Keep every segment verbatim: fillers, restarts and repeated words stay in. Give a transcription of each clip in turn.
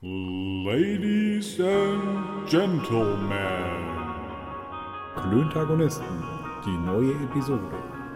Ladies and Gentlemen. Klöntagonisten, die neue Episode.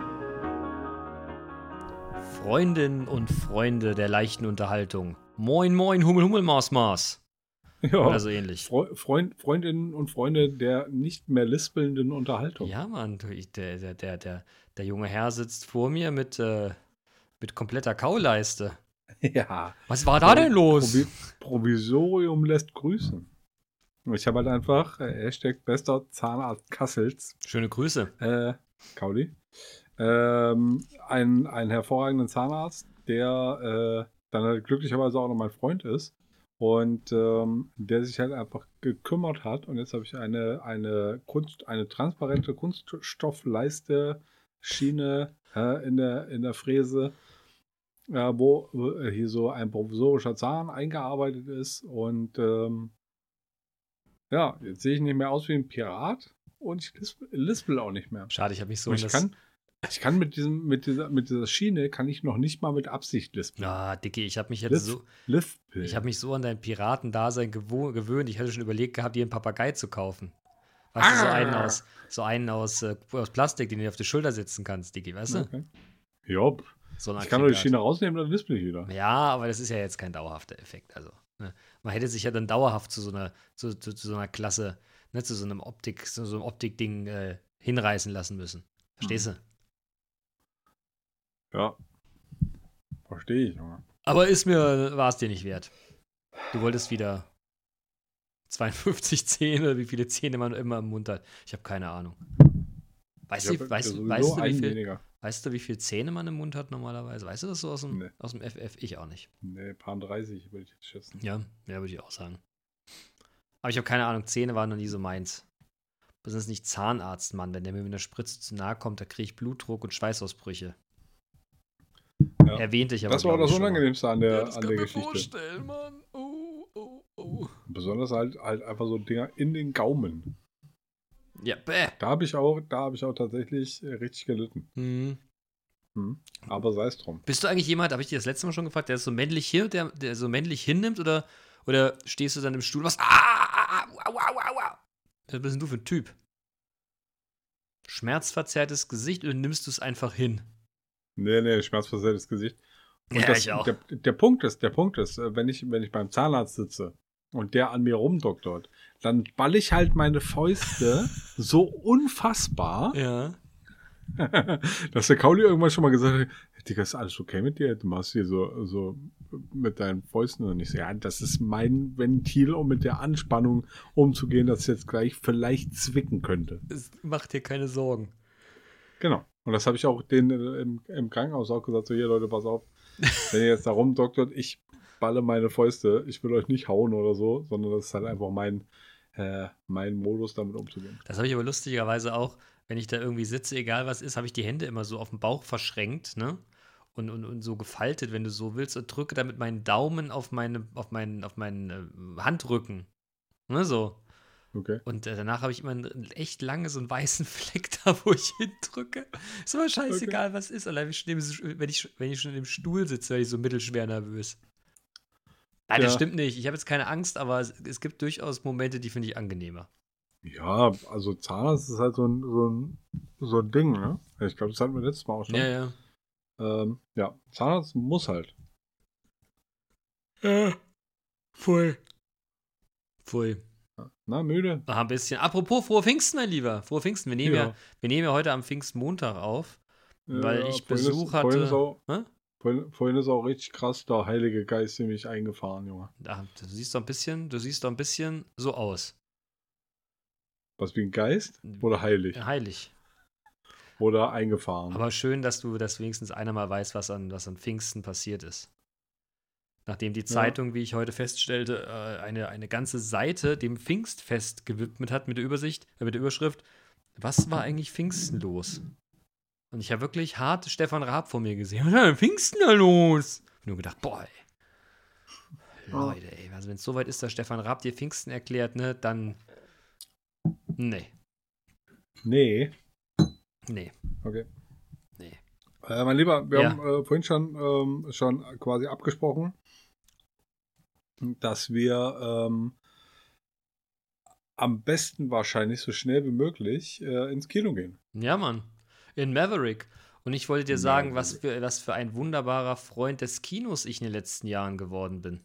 Freundinnen und Freunde der leichten Unterhaltung. Moin, moin, Hummel, Hummel, Maß, Maß. Ja, Oder so ähnlich. Fre Freund, Freundinnen und Freunde der nicht mehr lispelnden Unterhaltung. Ja, Mann, du, ich, der, der, der, der, der junge Herr sitzt vor mir mit, äh, mit kompletter Kauleiste. Ja. Was war da denn los? Provi Provisorium lässt grüßen. Ich habe halt einfach äh, Hashtag bester Zahnarzt Kassels. Schöne Grüße. Äh, Kauli. Ähm, einen, einen hervorragenden Zahnarzt, der äh, dann halt glücklicherweise auch noch mein Freund ist. Und ähm, der sich halt einfach gekümmert hat. Und jetzt habe ich eine, eine, Kunst, eine transparente Kunststoffleiste Schiene äh, in, der, in der Fräse, äh, wo äh, hier so ein provisorischer Zahn eingearbeitet ist. Und ähm, ja, jetzt sehe ich nicht mehr aus wie ein Pirat. Und ich lispel, lispel auch nicht mehr. Schade, ich habe mich so Und in ich das... kann, ich kann mit, diesem, mit, dieser, mit dieser Schiene, kann ich noch nicht mal mit Absicht lispeln. Ah, Dickie, ich habe mich jetzt Lisp, so... Lispel. Ich habe mich so an dein Piratendasein gewo- gewöhnt. Ich hatte schon überlegt gehabt, dir einen Papagei zu kaufen. Weißt du, so einen aus, so einen aus, äh, aus Plastik, den du dir auf die Schulter setzen kannst, Dickie, weißt du? Okay. Ja, So ein ich kann nur die Aggregat. Schiene rausnehmen, dann lispel ich wieder. Ja, aber das ist ja jetzt kein dauerhafter Effekt. Also, ne? Man hätte sich ja dann dauerhaft zu so einer, zu, zu, zu so einer Klasse, ne, zu so einem Optik, zu so einem Optikding äh, hinreißen lassen müssen. Verstehst du? Ja. Verstehe ich, Junge. Aber ist mir, war es dir nicht wert. Du wolltest wieder zweiundfünfzig Zähne, oder wie viele Zähne man immer im Mund hat. Ich habe keine Ahnung. Weißt Ich du, hab weißt, ja du, sowieso weißt, du, wie einen viel, weniger. weißt du, wie viele Zähne man im Mund hat normalerweise? Weißt du das so aus dem, Nee. aus dem F F? Ich auch nicht. Nee, paar dreißig würde ich jetzt schätzen. Ja, ja, würde ich auch sagen. Aber ich habe keine Ahnung, Zähne waren noch nie so meins. Besonders nicht Zahnarzt, Mann. Wenn der mir mit einer Spritze zu nahe kommt, da kriege ich Blutdruck und Schweißausbrüche. Ja. Erwähnte ich aber, Das war glaub das ich, schon mal. Unangenehmste an der, Ja, das an kann der ich mir Geschichte. vorstellen, Mann. Oh, oh, oh. Besonders halt, halt einfach so Dinger in den Gaumen. Ja, bäh. Da habe ich auch, da habe ich auch tatsächlich äh, richtig gelitten. Hm. Hm. Aber sei es drum. Bist du eigentlich jemand, habe ich dir das letzte Mal schon gefragt, der ist so männlich hier, der, der so männlich hinnimmt oder, oder stehst du dann im Stuhl, was? Ah, ah, ah, au, au, au, au. Was bist denn du für ein Typ? Schmerzverzerrtes Gesicht oder nimmst du es einfach hin? Nee, nee, schmerzverzerrtes Gesicht. Und Ja, das, ich auch. Der, der Punkt ist, der Punkt ist, äh, wenn ich, wenn ich beim Zahnarzt sitze und der an mir rumdoktort, dann ball ich halt meine Fäuste so unfassbar, Ja. dass der Kauli irgendwann schon mal gesagt hat, Digga, ist alles okay mit dir? Du machst hier so, so mit deinen Fäusten. Und ich so, ja, das ist mein Ventil, um mit der Anspannung umzugehen, dass es jetzt gleich vielleicht zwicken könnte. Es macht dir keine Sorgen. Genau. Und das habe ich auch denen äh, im, im Krankenhaus auch gesagt, so hier Leute, pass auf, wenn ihr jetzt da rumdoktort, ich balle meine Fäuste, ich will euch nicht hauen oder so, sondern das ist halt einfach mein, äh, mein Modus, damit umzugehen. Das habe ich aber lustigerweise auch, wenn ich da irgendwie sitze, egal was ist, habe ich die Hände immer so auf dem Bauch verschränkt, ne? Und, und, und so gefaltet, wenn du so willst, und drücke damit meinen Daumen auf, meine, auf meinen, auf meinen äh, Handrücken. Ne, so. Okay. Und äh, danach habe ich immer einen echt lange so einen weißen Fleck da, wo ich hindrücke. Ist aber scheißegal, was ist. Allein wenn ich, wenn ich schon im Stuhl sitze, werde ich so mittelschwer nervös. Nein, das Ja. stimmt nicht. Ich habe jetzt keine Angst, aber es, es gibt durchaus Momente, die finde ich angenehmer. Ja, also Zahnarzt ist halt so ein, so ein, so ein Ding, ne? Ich glaube, das hatten wir letztes Mal auch schon. Ja, ja. Ähm, ja, Zahnarzt muss halt. Ja, voll. Voll. Na, müde? Ah, ein bisschen. Apropos, frohe Pfingsten, mein Lieber. Frohe Pfingsten. Wir nehmen ja, Ja. wir nehmen ja heute am Pfingstmontag auf, weil Ja, ich vorhin Besuch ist, hatte. Vorhin ist, auch, Hä? vorhin, vorhin ist auch richtig krass der Heilige Geist in mich eingefahren, Junge. Ah, du siehst doch ein bisschen, du siehst doch ein bisschen so aus. Was wie ein Geist? Oder heilig? Heilig. Oder eingefahren? Aber schön, dass du, dass wenigstens einer mal weiß, was an, was an Pfingsten passiert ist. Nachdem die Zeitung, wie ich heute feststellte, äh, eine, eine ganze Seite dem Pfingstfest gewidmet hat mit der Übersicht, äh, mit der Überschrift, was war eigentlich Pfingsten los? Und ich habe wirklich hart Stefan Raab vor mir gesehen. Was war denn Pfingsten da los? Und nur gedacht, boah, ey. Leute, ey, also wenn es soweit ist, dass Stefan Raab dir Pfingsten erklärt, ne, dann nee, Nee. nee, Okay. nee. Äh, mein Lieber, wir Ja. haben äh, vorhin schon, ähm, schon quasi abgesprochen, dass wir ähm, am besten wahrscheinlich so schnell wie möglich äh, ins Kino gehen. Ja, Mann. In Maverick. Und ich wollte dir sagen, was Maverick. für, was für ein wunderbarer Freund des Kinos ich in den letzten Jahren geworden bin.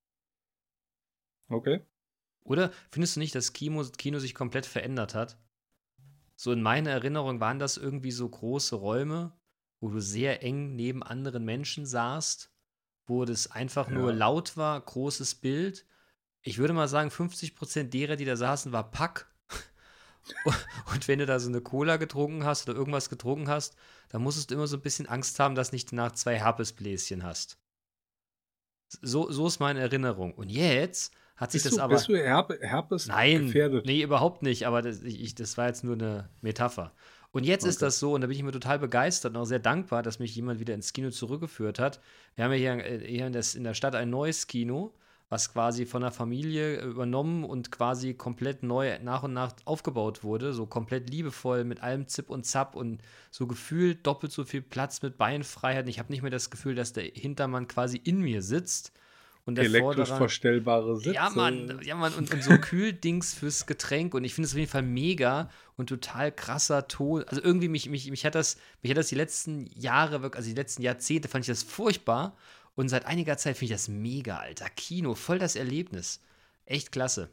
Okay. Oder findest du nicht, dass Kino, Kino sich komplett verändert hat? So in meiner Erinnerung waren das irgendwie so große Räume, wo du sehr eng neben anderen Menschen saßt, wo das einfach nur Ja. laut war, großes Bild. Ich würde mal sagen, fünfzig Prozent derer, die da saßen, war Pack. Und wenn du da so eine Cola getrunken hast oder irgendwas getrunken hast, dann musstest du immer so ein bisschen Angst haben, dass nicht danach zwei Herpesbläschen hast. So, so ist meine Erinnerung. Und jetzt hat sich Bist das du, aber. bist du Herp Herpes Nein, gefährdet? nee, überhaupt nicht, aber das, ich, das war jetzt nur eine Metapher. Und jetzt ist Okay. das so, und da bin ich mir total begeistert und auch sehr dankbar, dass mich jemand wieder ins Kino zurückgeführt hat. Wir haben ja hier, äh, hier in, das, in der Stadt ein neues Kino, was quasi von der Familie übernommen und quasi komplett neu nach und nach aufgebaut wurde. So komplett liebevoll mit allem Zip und Zap und so gefühlt doppelt so viel Platz mit Beinfreiheit. Und ich habe nicht mehr das Gefühl, dass der Hintermann quasi in mir sitzt. Und der Elektrisch Vorderrand. verstellbare Sitze. Ja, Mann, ja, Mann, und, und so Kühldings fürs Getränk. Und ich finde es auf jeden Fall mega und total krasser Ton. Also irgendwie, mich, mich, mich hat das, mich hat das die letzten Jahre, wirklich, also die letzten Jahrzehnte fand ich das furchtbar. Und seit einiger Zeit finde ich das mega, Alter. Kino, voll das Erlebnis. Echt klasse.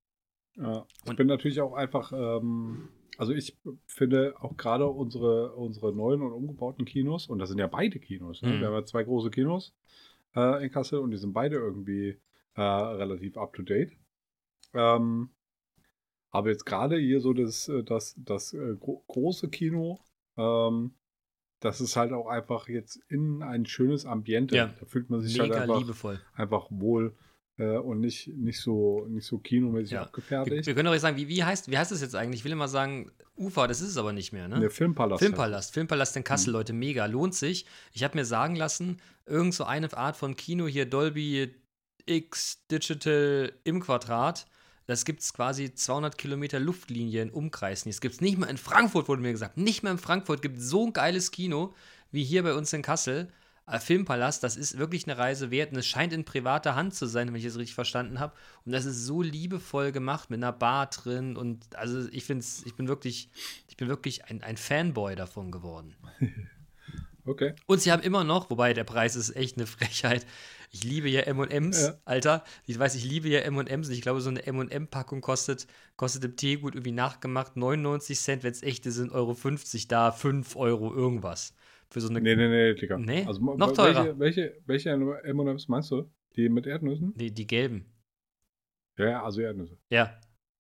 Ja, ich Und- bin natürlich auch einfach, ähm, also ich finde auch gerade unsere, unsere neuen und umgebauten Kinos, und das sind ja beide Kinos, ne? Mhm. Wir haben ja zwei große Kinos äh, in Kassel und die sind beide irgendwie äh, relativ up to date. Ähm, aber jetzt gerade hier so das, äh, das, das äh, gro große Kino, ähm, das ist halt auch einfach jetzt in ein schönes Ambiente. Ja, Da fühlt man sich halt Mega einfach, liebevoll. einfach wohl äh, und nicht, nicht so, nicht so kinomäßig Ja. Wir, abgefertigt. wir können doch jetzt sagen, wie, wie heißt wie heißt das jetzt eigentlich? Ich will immer sagen, Ufa, das ist es aber nicht mehr, ne? Der Filmpalast. Filmpalast, Filmpalast in Kassel, Mhm. Leute, mega, lohnt sich. Ich habe mir sagen lassen, irgend so eine Art von Kino hier, Dolby X Digital im Quadrat, das gibt es quasi zweihundert Kilometer Luftlinie in Umkreis. Das gibt es nicht mal in Frankfurt, wurde mir gesagt. Nicht mal in Frankfurt gibt es so ein geiles Kino wie hier bei uns in Kassel. Äh, Filmpalast, das ist wirklich eine Reise wert und es scheint in privater Hand zu sein, wenn ich es richtig verstanden habe. Und das ist so liebevoll gemacht mit einer Bar drin und also ich finde ich bin wirklich, ich bin wirklich ein, ein Fanboy davon geworden. Okay. Und sie haben immer noch, wobei der Preis ist echt eine Frechheit. Ich liebe ja M und M's, Ja. Alter. Ich weiß, ich liebe ja M und M's. Und ich glaube, so eine M und M-Packung kostet, kostet im Teegut irgendwie nachgemacht neunundneunzig Cent. Wenn es echte sind, Euro fünfzig da, fünf Euro irgendwas. Für so eine. Nee, nee, nee, Digga. Nee, Also, noch welche, teurer. Welche, welche M und M's meinst du? Die mit Erdnüssen? Nee, die gelben. Ja, ja, also Erdnüsse. Ja.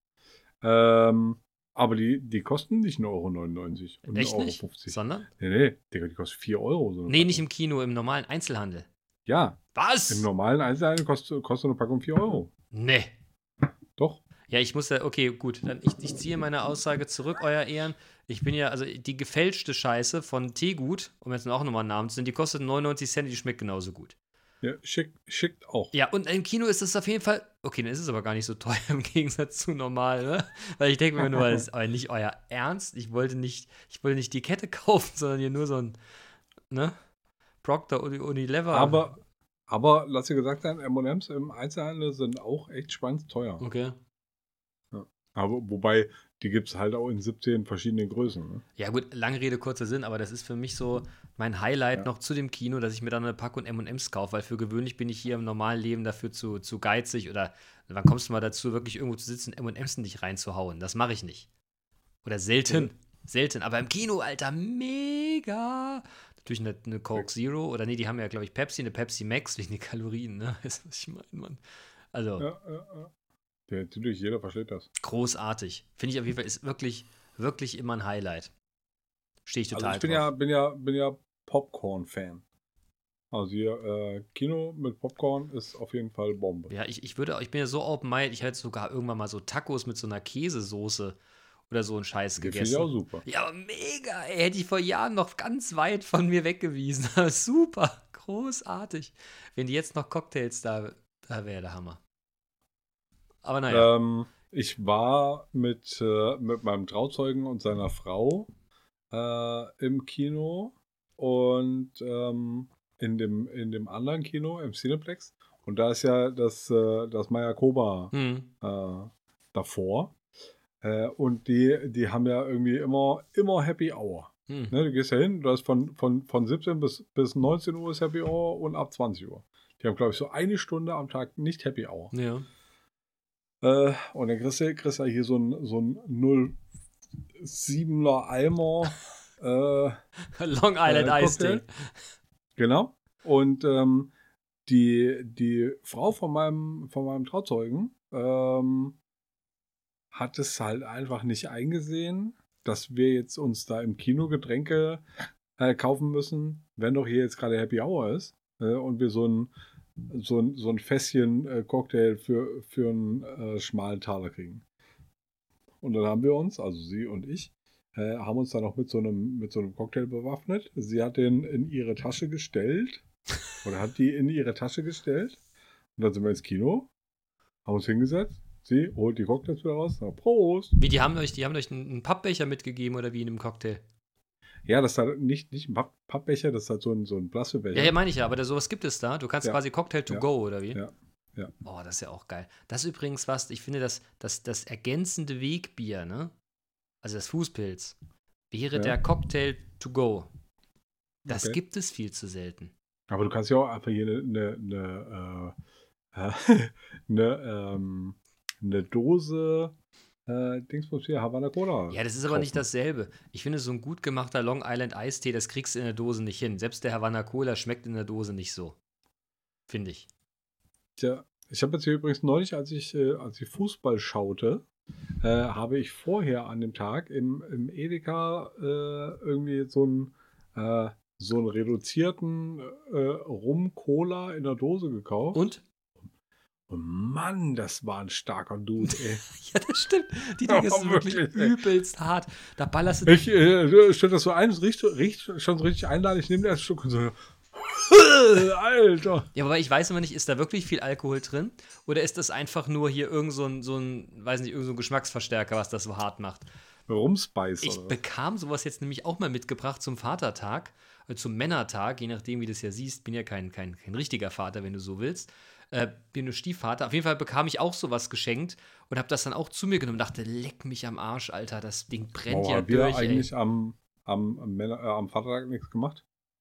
Ähm, aber die, die kosten nicht nur Euro neunundneunzig und Echt Euro nicht? fünfzig. Sondern? Nee, nee, Digga, die kosten vier Euro. So eine Nee, nicht Packung. im Kino, im normalen Einzelhandel. Ja, Was? im normalen Einzelhandel kostet, kostet eine Packung vier Euro. Nee. Doch. Ja, ich muss ja, okay, gut, dann ich, ich ziehe meine Aussage zurück, euer Ehren. Ich bin ja, also die gefälschte Scheiße von Teegut, um jetzt auch nochmal einen Namen zu nennen, die kostet neunundneunzig Cent, die schmeckt genauso gut. Ja, schick, schickt auch. Ja, und im Kino ist es auf jeden Fall, okay, dann ist es aber gar nicht so teuer im Gegensatz zu normal, ne? Weil ich denke mir nur, das ist aber nicht euer Ernst. Ich wollte nicht, ich wollte nicht die Kette kaufen, sondern hier nur so ein, ne? Procter Uni- Unilever. Aber, aber lass dir gesagt sein, M und M's im Einzelhandel sind auch echt schwanzteuer. Okay. Aber wobei, die gibt es halt auch in siebzehn verschiedenen Größen. Ne? Ja, gut, lange Rede, kurzer Sinn, aber das ist für mich so mein Highlight Ja. noch zu dem Kino, dass ich mir dann eine Packung M und M's kaufe, weil für gewöhnlich bin ich hier im normalen Leben dafür zu, zu geizig oder wann kommst du mal dazu, wirklich irgendwo zu sitzen, M und M's in dich reinzuhauen? Das mache ich nicht. Oder selten. Selten. Aber im Kino, Alter, mega. Natürlich eine, eine Coke Zero oder nee, die haben ja, glaube ich, Pepsi, eine Pepsi Max wegen den Kalorien, ne? Weißt du, was ich meine, Mann? Also, Ja, ja, ja. Ja, natürlich, jeder versteht das. großartig. Finde ich auf jeden Fall, ist wirklich, wirklich immer ein Highlight. Stehe ich total Also ich bin drauf. ja, bin ja, bin ja Popcorn-Fan. Also hier, äh, Kino mit Popcorn ist auf jeden Fall Bombe. Ja, ich, ich würde, ich bin ja so open-minded, ich hätte sogar irgendwann mal so Tacos mit so einer Käsesoße oder so einen Scheiß Die finde gegessen. ich auch super. Ja, aber mega, ey, hätte ich vor Jahren noch ganz weit von mir weggewiesen. Aber super, großartig. Wenn die jetzt noch Cocktails da, da wäre der Hammer. Aber naja. Ähm, ich war mit, äh, mit meinem Trauzeugen und seiner Frau äh, im Kino und ähm, in, dem, in dem anderen Kino, im Cineplex. Und da ist ja das, äh, das Mayakoba Hm. äh, davor. Äh, und die, die haben ja irgendwie immer, immer Happy Hour. Hm. Ne, du gehst ja hin, du hast von, von, von siebzehn bis, bis neunzehn Uhr ist Happy Hour und ab zwanzig Uhr. Die haben, glaube ich, so eine Stunde am Tag nicht Happy Hour. Ja. Äh, und dann kriegst du, kriegst du hier so ein, so ein null Komma siebener Eimer. äh, Long Island äh, Ice Tea. Cocktail. Genau. Und ähm, die, die Frau von meinem, von meinem Trauzeugen ähm, hat es halt einfach nicht eingesehen, dass wir jetzt uns da im Kino Getränke äh, kaufen müssen, wenn doch hier jetzt gerade Happy Hour ist äh, und wir so ein, so ein, so ein Fässchen äh, Cocktail für, für einen äh, schmalen Taler kriegen. Und dann haben wir uns, also sie und ich, äh, haben uns dann noch mit so einem, mit so einem Cocktail bewaffnet. Sie hat den in ihre Tasche gestellt oder hat die in ihre Tasche gestellt und dann sind wir ins Kino, haben uns hingesetzt. Sie holt die Cocktails wieder raus. Na, Prost! Wie, die haben euch, die haben euch einen, einen Pappbecher mitgegeben oder wie in einem Cocktail? Ja, das ist halt nicht, nicht ein Papp Pappbecher, das ist halt so ein, so ein Plastikbecher. Ja, ja, meine ich ja, aber da, sowas gibt es da. Du kannst Ja. quasi Cocktail to Ja. go, oder wie? Ja. Ja. Oh, das ist ja auch geil. Das ist übrigens was, ich finde, das, das, das ergänzende Wegbier, ne? Also das Fußpilz, wäre Ja. der Cocktail to go. Das Okay. gibt es viel zu selten. Aber du kannst ja auch einfach hier eine, eine, eine, äh, eine, ähm, eine Dose äh, Dingsbums hier, Havana Cola. Ja, das ist aber nicht kaufen. dasselbe. Ich finde, so ein gut gemachter Long Island Eistee, das kriegst du in der Dose nicht hin. Selbst der Havana Cola schmeckt in der Dose nicht so. Finde ich. Tja, ich habe jetzt hier übrigens neulich, als ich, äh, als ich Fußball schaute, äh, habe ich vorher an dem Tag im, im Edeka äh, irgendwie so einen, äh, so einen reduzierten äh, Rum-Cola in der Dose gekauft. Und? Oh Mann, das war ein starker Dude, ey. Ja, das stimmt. Die Dinge Ja, sind wirklich wirklich, ey. übelst hart. Da ballerst du Ich äh, stelle das so ein, es riecht, riecht schon so richtig einladend. Ich nehme das Stück und so, Alter. Ja, aber ich weiß immer nicht, ist da wirklich viel Alkohol drin? Oder ist das einfach nur hier irgend so ein, so ein weiß nicht, irgend so ein Geschmacksverstärker, was das so hart macht? Rumspice Ich oder was? bekam sowas jetzt nämlich auch mal mitgebracht zum Vatertag, äh, zum Männertag, je nachdem, wie du das ja siehst. Bin ja kein, kein, kein richtiger Vater, wenn du so willst. Äh, bin nur Stiefvater. Auf jeden Fall bekam ich auch sowas geschenkt und habe das dann auch zu mir genommen und dachte, leck mich am Arsch, Alter, das Ding brennt Warum ja haben wir durch, eigentlich ey. am, am, am, Männer, äh, am Vatertag nichts gemacht?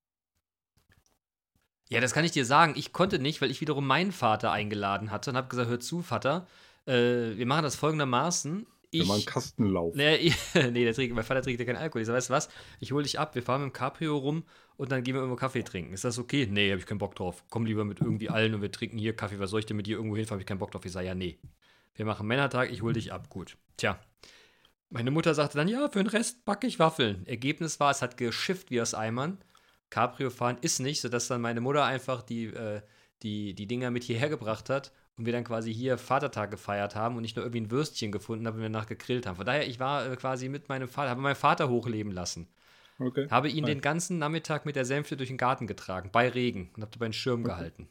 Ja, das kann ich dir sagen. Ich konnte nicht, weil ich wiederum meinen Vater eingeladen hatte und habe gesagt, hör zu, Vater, äh, wir machen das folgendermaßen. Wir Ich, machen einen Kastenlauf. Nee, ich, nee der trinkt, mein Vater trinkt ja keinen Alkohol. Ich sag, weißt du was? Ich hole dich ab, wir fahren mit dem Cabrio rum und dann gehen wir irgendwo Kaffee trinken. Ist das okay? Nee, hab ich keinen Bock drauf. Komm lieber mit irgendwie allen und wir trinken hier Kaffee. Was soll ich denn mit dir irgendwo hinfahren? Hab ich keinen Bock drauf. Ich sage, ja, nee. Wir machen Männertag, ich hole dich ab. Gut. Tja. Meine Mutter sagte dann, ja, für den Rest backe ich Waffeln. Ergebnis war, es hat geschifft wie aus Eimern. Cabrio fahren ist nicht, sodass dann meine Mutter einfach die, äh, die, die Dinger mit hierher gebracht hat und wir dann quasi hier Vatertag gefeiert haben und nicht nur irgendwie ein Würstchen gefunden haben und wir danach gegrillt haben. Von daher, ich war äh, quasi mit meinem Vater, habe meinen Vater hochleben lassen. Okay. Habe ihn Nein. den ganzen Nachmittag mit der Sänfte durch den Garten getragen, bei Regen und habe dabei einen Schirm Okay. gehalten.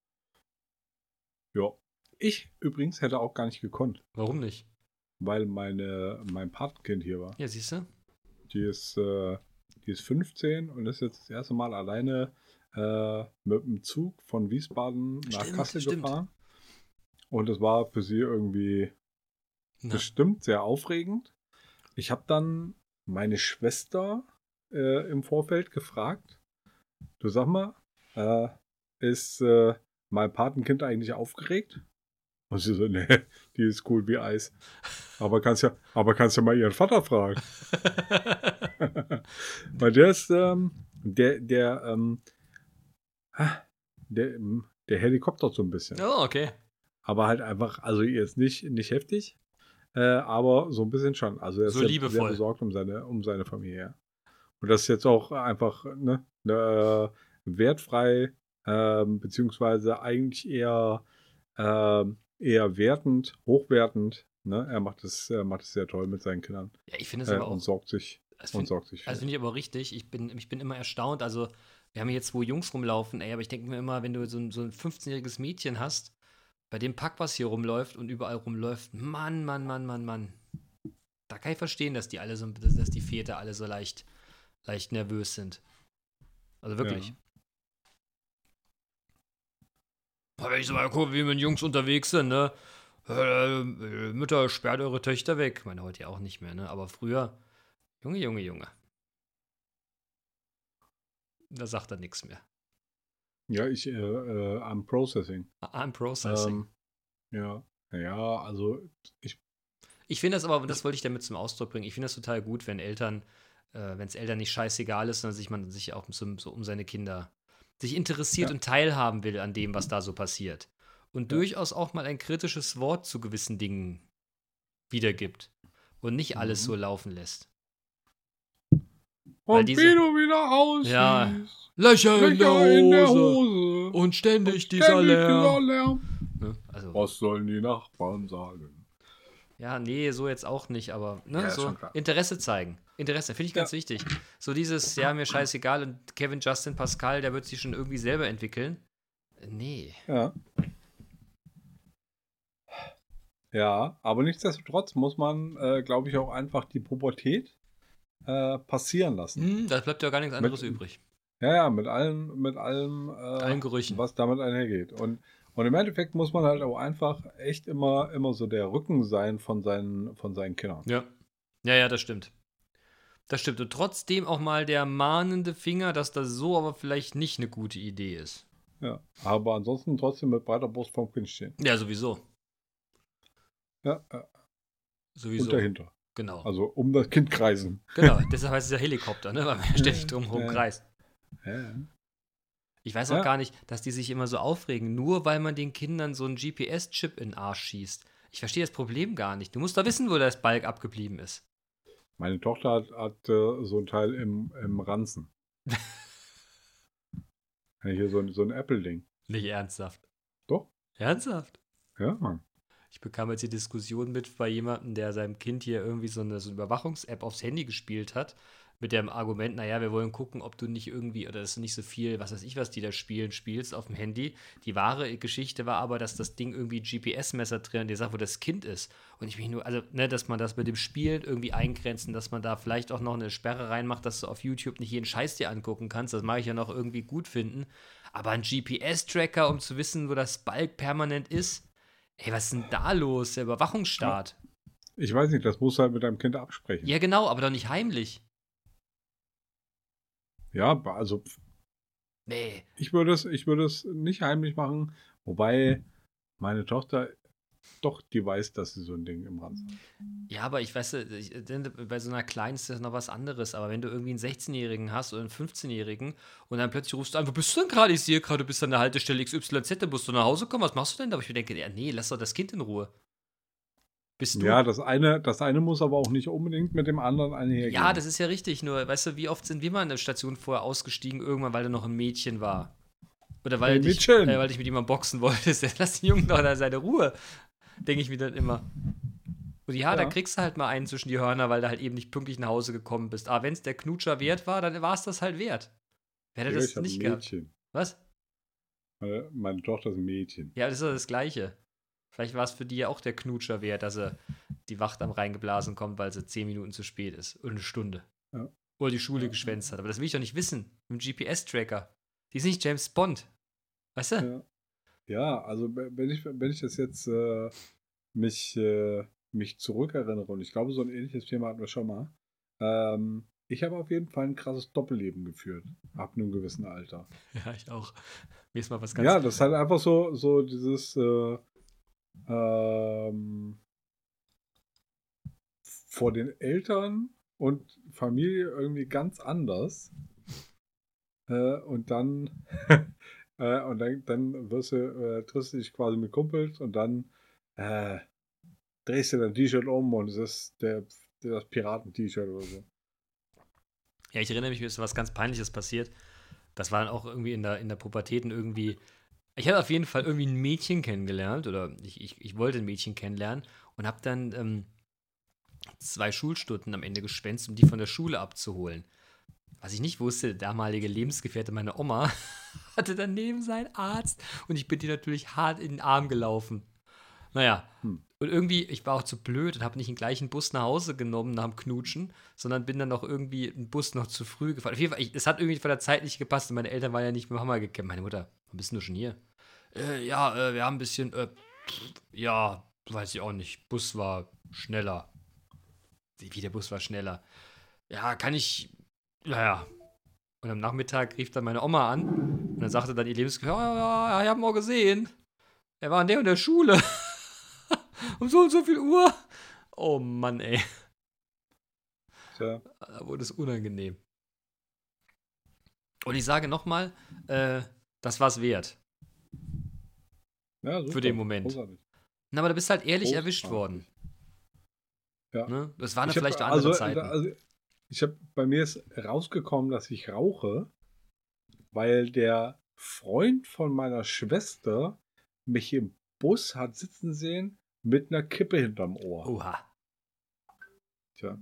Ja. Ich übrigens hätte auch gar nicht gekonnt, Warum nicht? weil meine, mein Patenkind hier war. Ja, siehst du? Die ist, äh, die ist fünfzehn und ist jetzt das erste Mal alleine äh, mit dem Zug von Wiesbaden nach Stimmt, Kassel stimmt. gefahren. Und es war für sie irgendwie Na, bestimmt sehr aufregend. Ich habe dann meine Schwester äh, im Vorfeld gefragt, du sag mal, äh, ist äh, mein Patenkind eigentlich aufgeregt? Und sie so, nee, die ist cool wie Eis. Aber kannst ja, aber kannst ja mal ihren Vater fragen. Weil der ist, ähm, der, der, ähm, ah, der, ähm, der helikoptert so ein bisschen. oh, okay. Aber halt einfach, also jetzt nicht, nicht heftig, äh, aber so ein bisschen schon. Also er ist So sehr, liebevoll. sehr besorgt um seine, um seine Familie. Und das ist jetzt auch einfach ne, ne, wertfrei, ähm, beziehungsweise eigentlich eher, ähm, eher wertend, hochwertend. Ne? Er macht es, er macht es sehr toll mit seinen Kindern Ja, ich finde es äh, aber und auch. sorgt sich Das und find, sorgt sich. Also für. finde ich aber richtig. Ich bin, ich bin immer erstaunt. Also, wir haben hier zwei Jungs rumlaufen, ey, aber ich denke mir immer, wenn du so ein, so ein fünfzehnjähriges Mädchen hast, bei dem Pack, was hier rumläuft und überall rumläuft, Mann, Mann, Mann, Mann, Mann. Da kann ich verstehen, dass die alle so, dass, dass die Väter alle so leicht, leicht nervös sind. Also wirklich. Ja. wenn ich so mal gucke, wie mit Jungs unterwegs sind, ne? Äh, Mütter, sperrt eure Töchter weg. Ich meine, heute ja auch nicht mehr, ne? Aber früher, Junge, Junge, Junge. Da sagt er nichts mehr. Ja, ich, äh, äh, am Processing. I'm processing. Ähm, ja, ja, also ich. Ich finde das aber, das wollte ich damit zum Ausdruck bringen, ich finde das total gut, wenn Eltern, äh, wenn es Eltern nicht scheißegal ist, sondern sich man sich auch so, so um seine Kinder sich interessiert Ja. und teilhaben will an dem, was da so passiert. Und Ja. durchaus auch mal ein kritisches Wort zu gewissen Dingen wiedergibt. Und nicht alles Mhm. so laufen lässt. Weil Und diese- wie du wieder aussiehst. Ja. Löcher, Löcher in der Hose. Und ständig Und dieser ständig Lärm. dieser Lärm. Ne? Also, Was sollen die Nachbarn sagen? ja, nee, so jetzt auch nicht, aber ne, Ja, ist so schon klar. Interesse zeigen. Interesse, finde ich ganz Ja. wichtig. So dieses, ja, mir scheißegal und Kevin, Justin, Pascal, der wird sich schon irgendwie selber entwickeln. Nee. Ja. Ja, aber nichtsdestotrotz muss man, äh, glaube ich, auch einfach die Pubertät äh, passieren lassen. Hm, da bleibt ja gar nichts anderes Mit- übrig. Ja, ja, mit allem, mit allem, äh, allen Gerüchen. was damit einhergeht. Und, und im Endeffekt muss man halt auch einfach echt immer, immer so der Rücken sein von seinen, von seinen Kindern. Ja. Ja, ja, das stimmt. Das stimmt. Und trotzdem auch mal der mahnende Finger, dass das so aber vielleicht nicht eine gute Idee ist. Ja. Aber ansonsten trotzdem mit breiter Brust vorm Kind stehen. Ja, sowieso. Ja, ja. Sowieso. Und dahinter. Genau. Also um das Kind kreisen. Genau. Deshalb heißt es ja Helikopter, ne? Weil man ja ständig drumherum Ja. kreist. Ja. Ich weiß auch Ja. gar nicht, dass die sich immer so aufregen, nur weil man den Kindern so einen G P S-Chip in den Arsch schießt. Ich verstehe das Problem gar nicht. Du musst doch wissen, wo das Balk abgeblieben ist. Meine Tochter hat, hat äh, so ein Teil im, im Ranzen. Ja, hier so ein, so ein Apple-Ding. Nicht ernsthaft. Doch? Ernsthaft? Ja, Mann. Ich bekam jetzt die Diskussion mit bei jemandem, der seinem Kind hier irgendwie so eine, so eine Überwachungs-App aufs Handy gespielt hat. Mit dem Argument, naja, wir wollen gucken, ob du nicht irgendwie, oder dass du nicht so viel, was weiß ich, was die da spielen, spielst auf dem Handy. Die wahre Geschichte war aber, dass das Ding irgendwie G P S-Messer drin und dir sagt, wo das Kind ist. Und ich mich nur, also, ne, dass man das mit dem Spielen irgendwie eingrenzen, dass man da vielleicht auch noch eine Sperre reinmacht, dass du auf YouTube nicht jeden Scheiß dir angucken kannst. Das mag ich ja noch irgendwie gut finden. Aber ein G P S-Tracker, um zu wissen, wo das Balk permanent ist. Ey, was ist denn da los? Der Überwachungsstaat. Ich weiß nicht, das musst du halt mit deinem Kind absprechen. Ja, genau, aber doch nicht heimlich. Ja, also Nee. ich würde es, ich würde es nicht heimlich machen, wobei meine Tochter doch, die weiß, dass sie so ein Ding im Ranzen hat. Ja, aber ich weiß, ich, bei so einer Kleinen ist das noch was anderes. Aber wenn du irgendwie einen sechzehnjährigen hast oder einen fünfzehnjährigen und dann plötzlich rufst du an, wo bist du denn gerade? Ich sehe gerade, du bist an der Haltestelle X Y Z, dann musst du nach Hause kommen. Was machst du denn da? Aber ich mir denke, ja, nee, lass doch das Kind in Ruhe. Bist du? Ja, das eine, das eine muss aber auch nicht unbedingt mit dem anderen einhergehen. Ja, das ist ja richtig. Nur, weißt du, wie oft sind wir mal in der Station vorher ausgestiegen, irgendwann, weil da noch ein Mädchen war? Oder weil, Ein ich, Mädchen. äh, weil ich mit jemandem boxen wollte. Lass den Jungen doch da seine Ruhe. Denke ich mir dann immer. Und ja, Ja. da kriegst du halt mal einen zwischen die Hörner, weil du halt eben nicht pünktlich nach Hause gekommen bist. Aber wenn es der Knutscher wert war, dann war es das halt wert. Wer hätte Ja, das ich hab nicht ein gehabt? Mädchen. Was? Meine, meine Tochter ist ein Mädchen. Ja, das ist doch das Gleiche. Vielleicht war es für die ja auch der Knutscher wert, dass er die Wacht am reingeblasen kommt, weil sie zehn Minuten zu spät ist. Und eine Stunde. Ja. Oder die Schule geschwänzt hat. Aber das will ich doch nicht wissen. Mit dem G P S-Tracker. Die ist nicht James Bond. Weißt du? Ja, ja also wenn ich, wenn ich das jetzt äh, mich, äh, mich zurückerinnere, und ich glaube, so ein ähnliches Thema hatten wir schon mal, ähm, ich habe auf jeden Fall ein krasses Doppelleben geführt, ab einem gewissen Alter. Ja, ich auch. Mir ist mal was ganz. Ja, das ist halt einfach so, so dieses äh, ähm, vor den Eltern und Familie irgendwie ganz anders. Äh, und dann äh, und dann, dann wirst du, äh, triffst du dich quasi mit Kumpels und dann äh, drehst du dein T-Shirt um und es ist der, das Piraten-T-Shirt oder so. Ja, ich erinnere mich, mir ist was ganz Peinliches passiert. Das war dann auch irgendwie in der, in der Pubertät und irgendwie. Ich habe auf jeden Fall irgendwie ein Mädchen kennengelernt oder ich, ich, ich wollte ein Mädchen kennenlernen und habe dann ähm, zwei Schulstunden am Ende geschwänzt, um die von der Schule abzuholen. Was ich nicht wusste, der damalige Lebensgefährte meiner Oma hatte daneben seinen Arzt und ich bin dir natürlich hart in den Arm gelaufen. Naja, Hm. und irgendwie, ich war auch zu blöd und habe nicht den gleichen Bus nach Hause genommen nach dem Knutschen, sondern bin dann noch irgendwie einen Bus noch zu früh gefahren. Auf jeden Fall, ich, es hat irgendwie von der Zeit nicht gepasst und meine Eltern waren ja nicht mit Hammer gekämpft. Meine Mutter, wann bist du schon hier? Äh, ja, äh, wir haben ein bisschen, äh, ja, weiß ich auch nicht. Bus war schneller. Wie, der Bus war schneller? Ja, kann ich, naja. Und am Nachmittag rief dann meine Oma an und dann sagte dann ihr Lebensgefährte, ja, ja, ja, ich hab ihn auch gesehen. Er war in der und der Schule. Um so und so viel Uhr. Oh Mann, ey. Tja. Da wurde es unangenehm. Und ich sage nochmal, äh, das war's wert. Ja, super. Für den Moment. Großartig. Na, aber du bist halt ehrlich Großartig. erwischt worden. Ja. Ne? Das waren Ich ja hab- vielleicht auch andere also, Zeiten. Also, ich habe bei mir ist rausgekommen, dass ich rauche, weil der Freund von meiner Schwester mich im Bus hat sitzen sehen mit einer Kippe hinterm Ohr. Oha. Tja.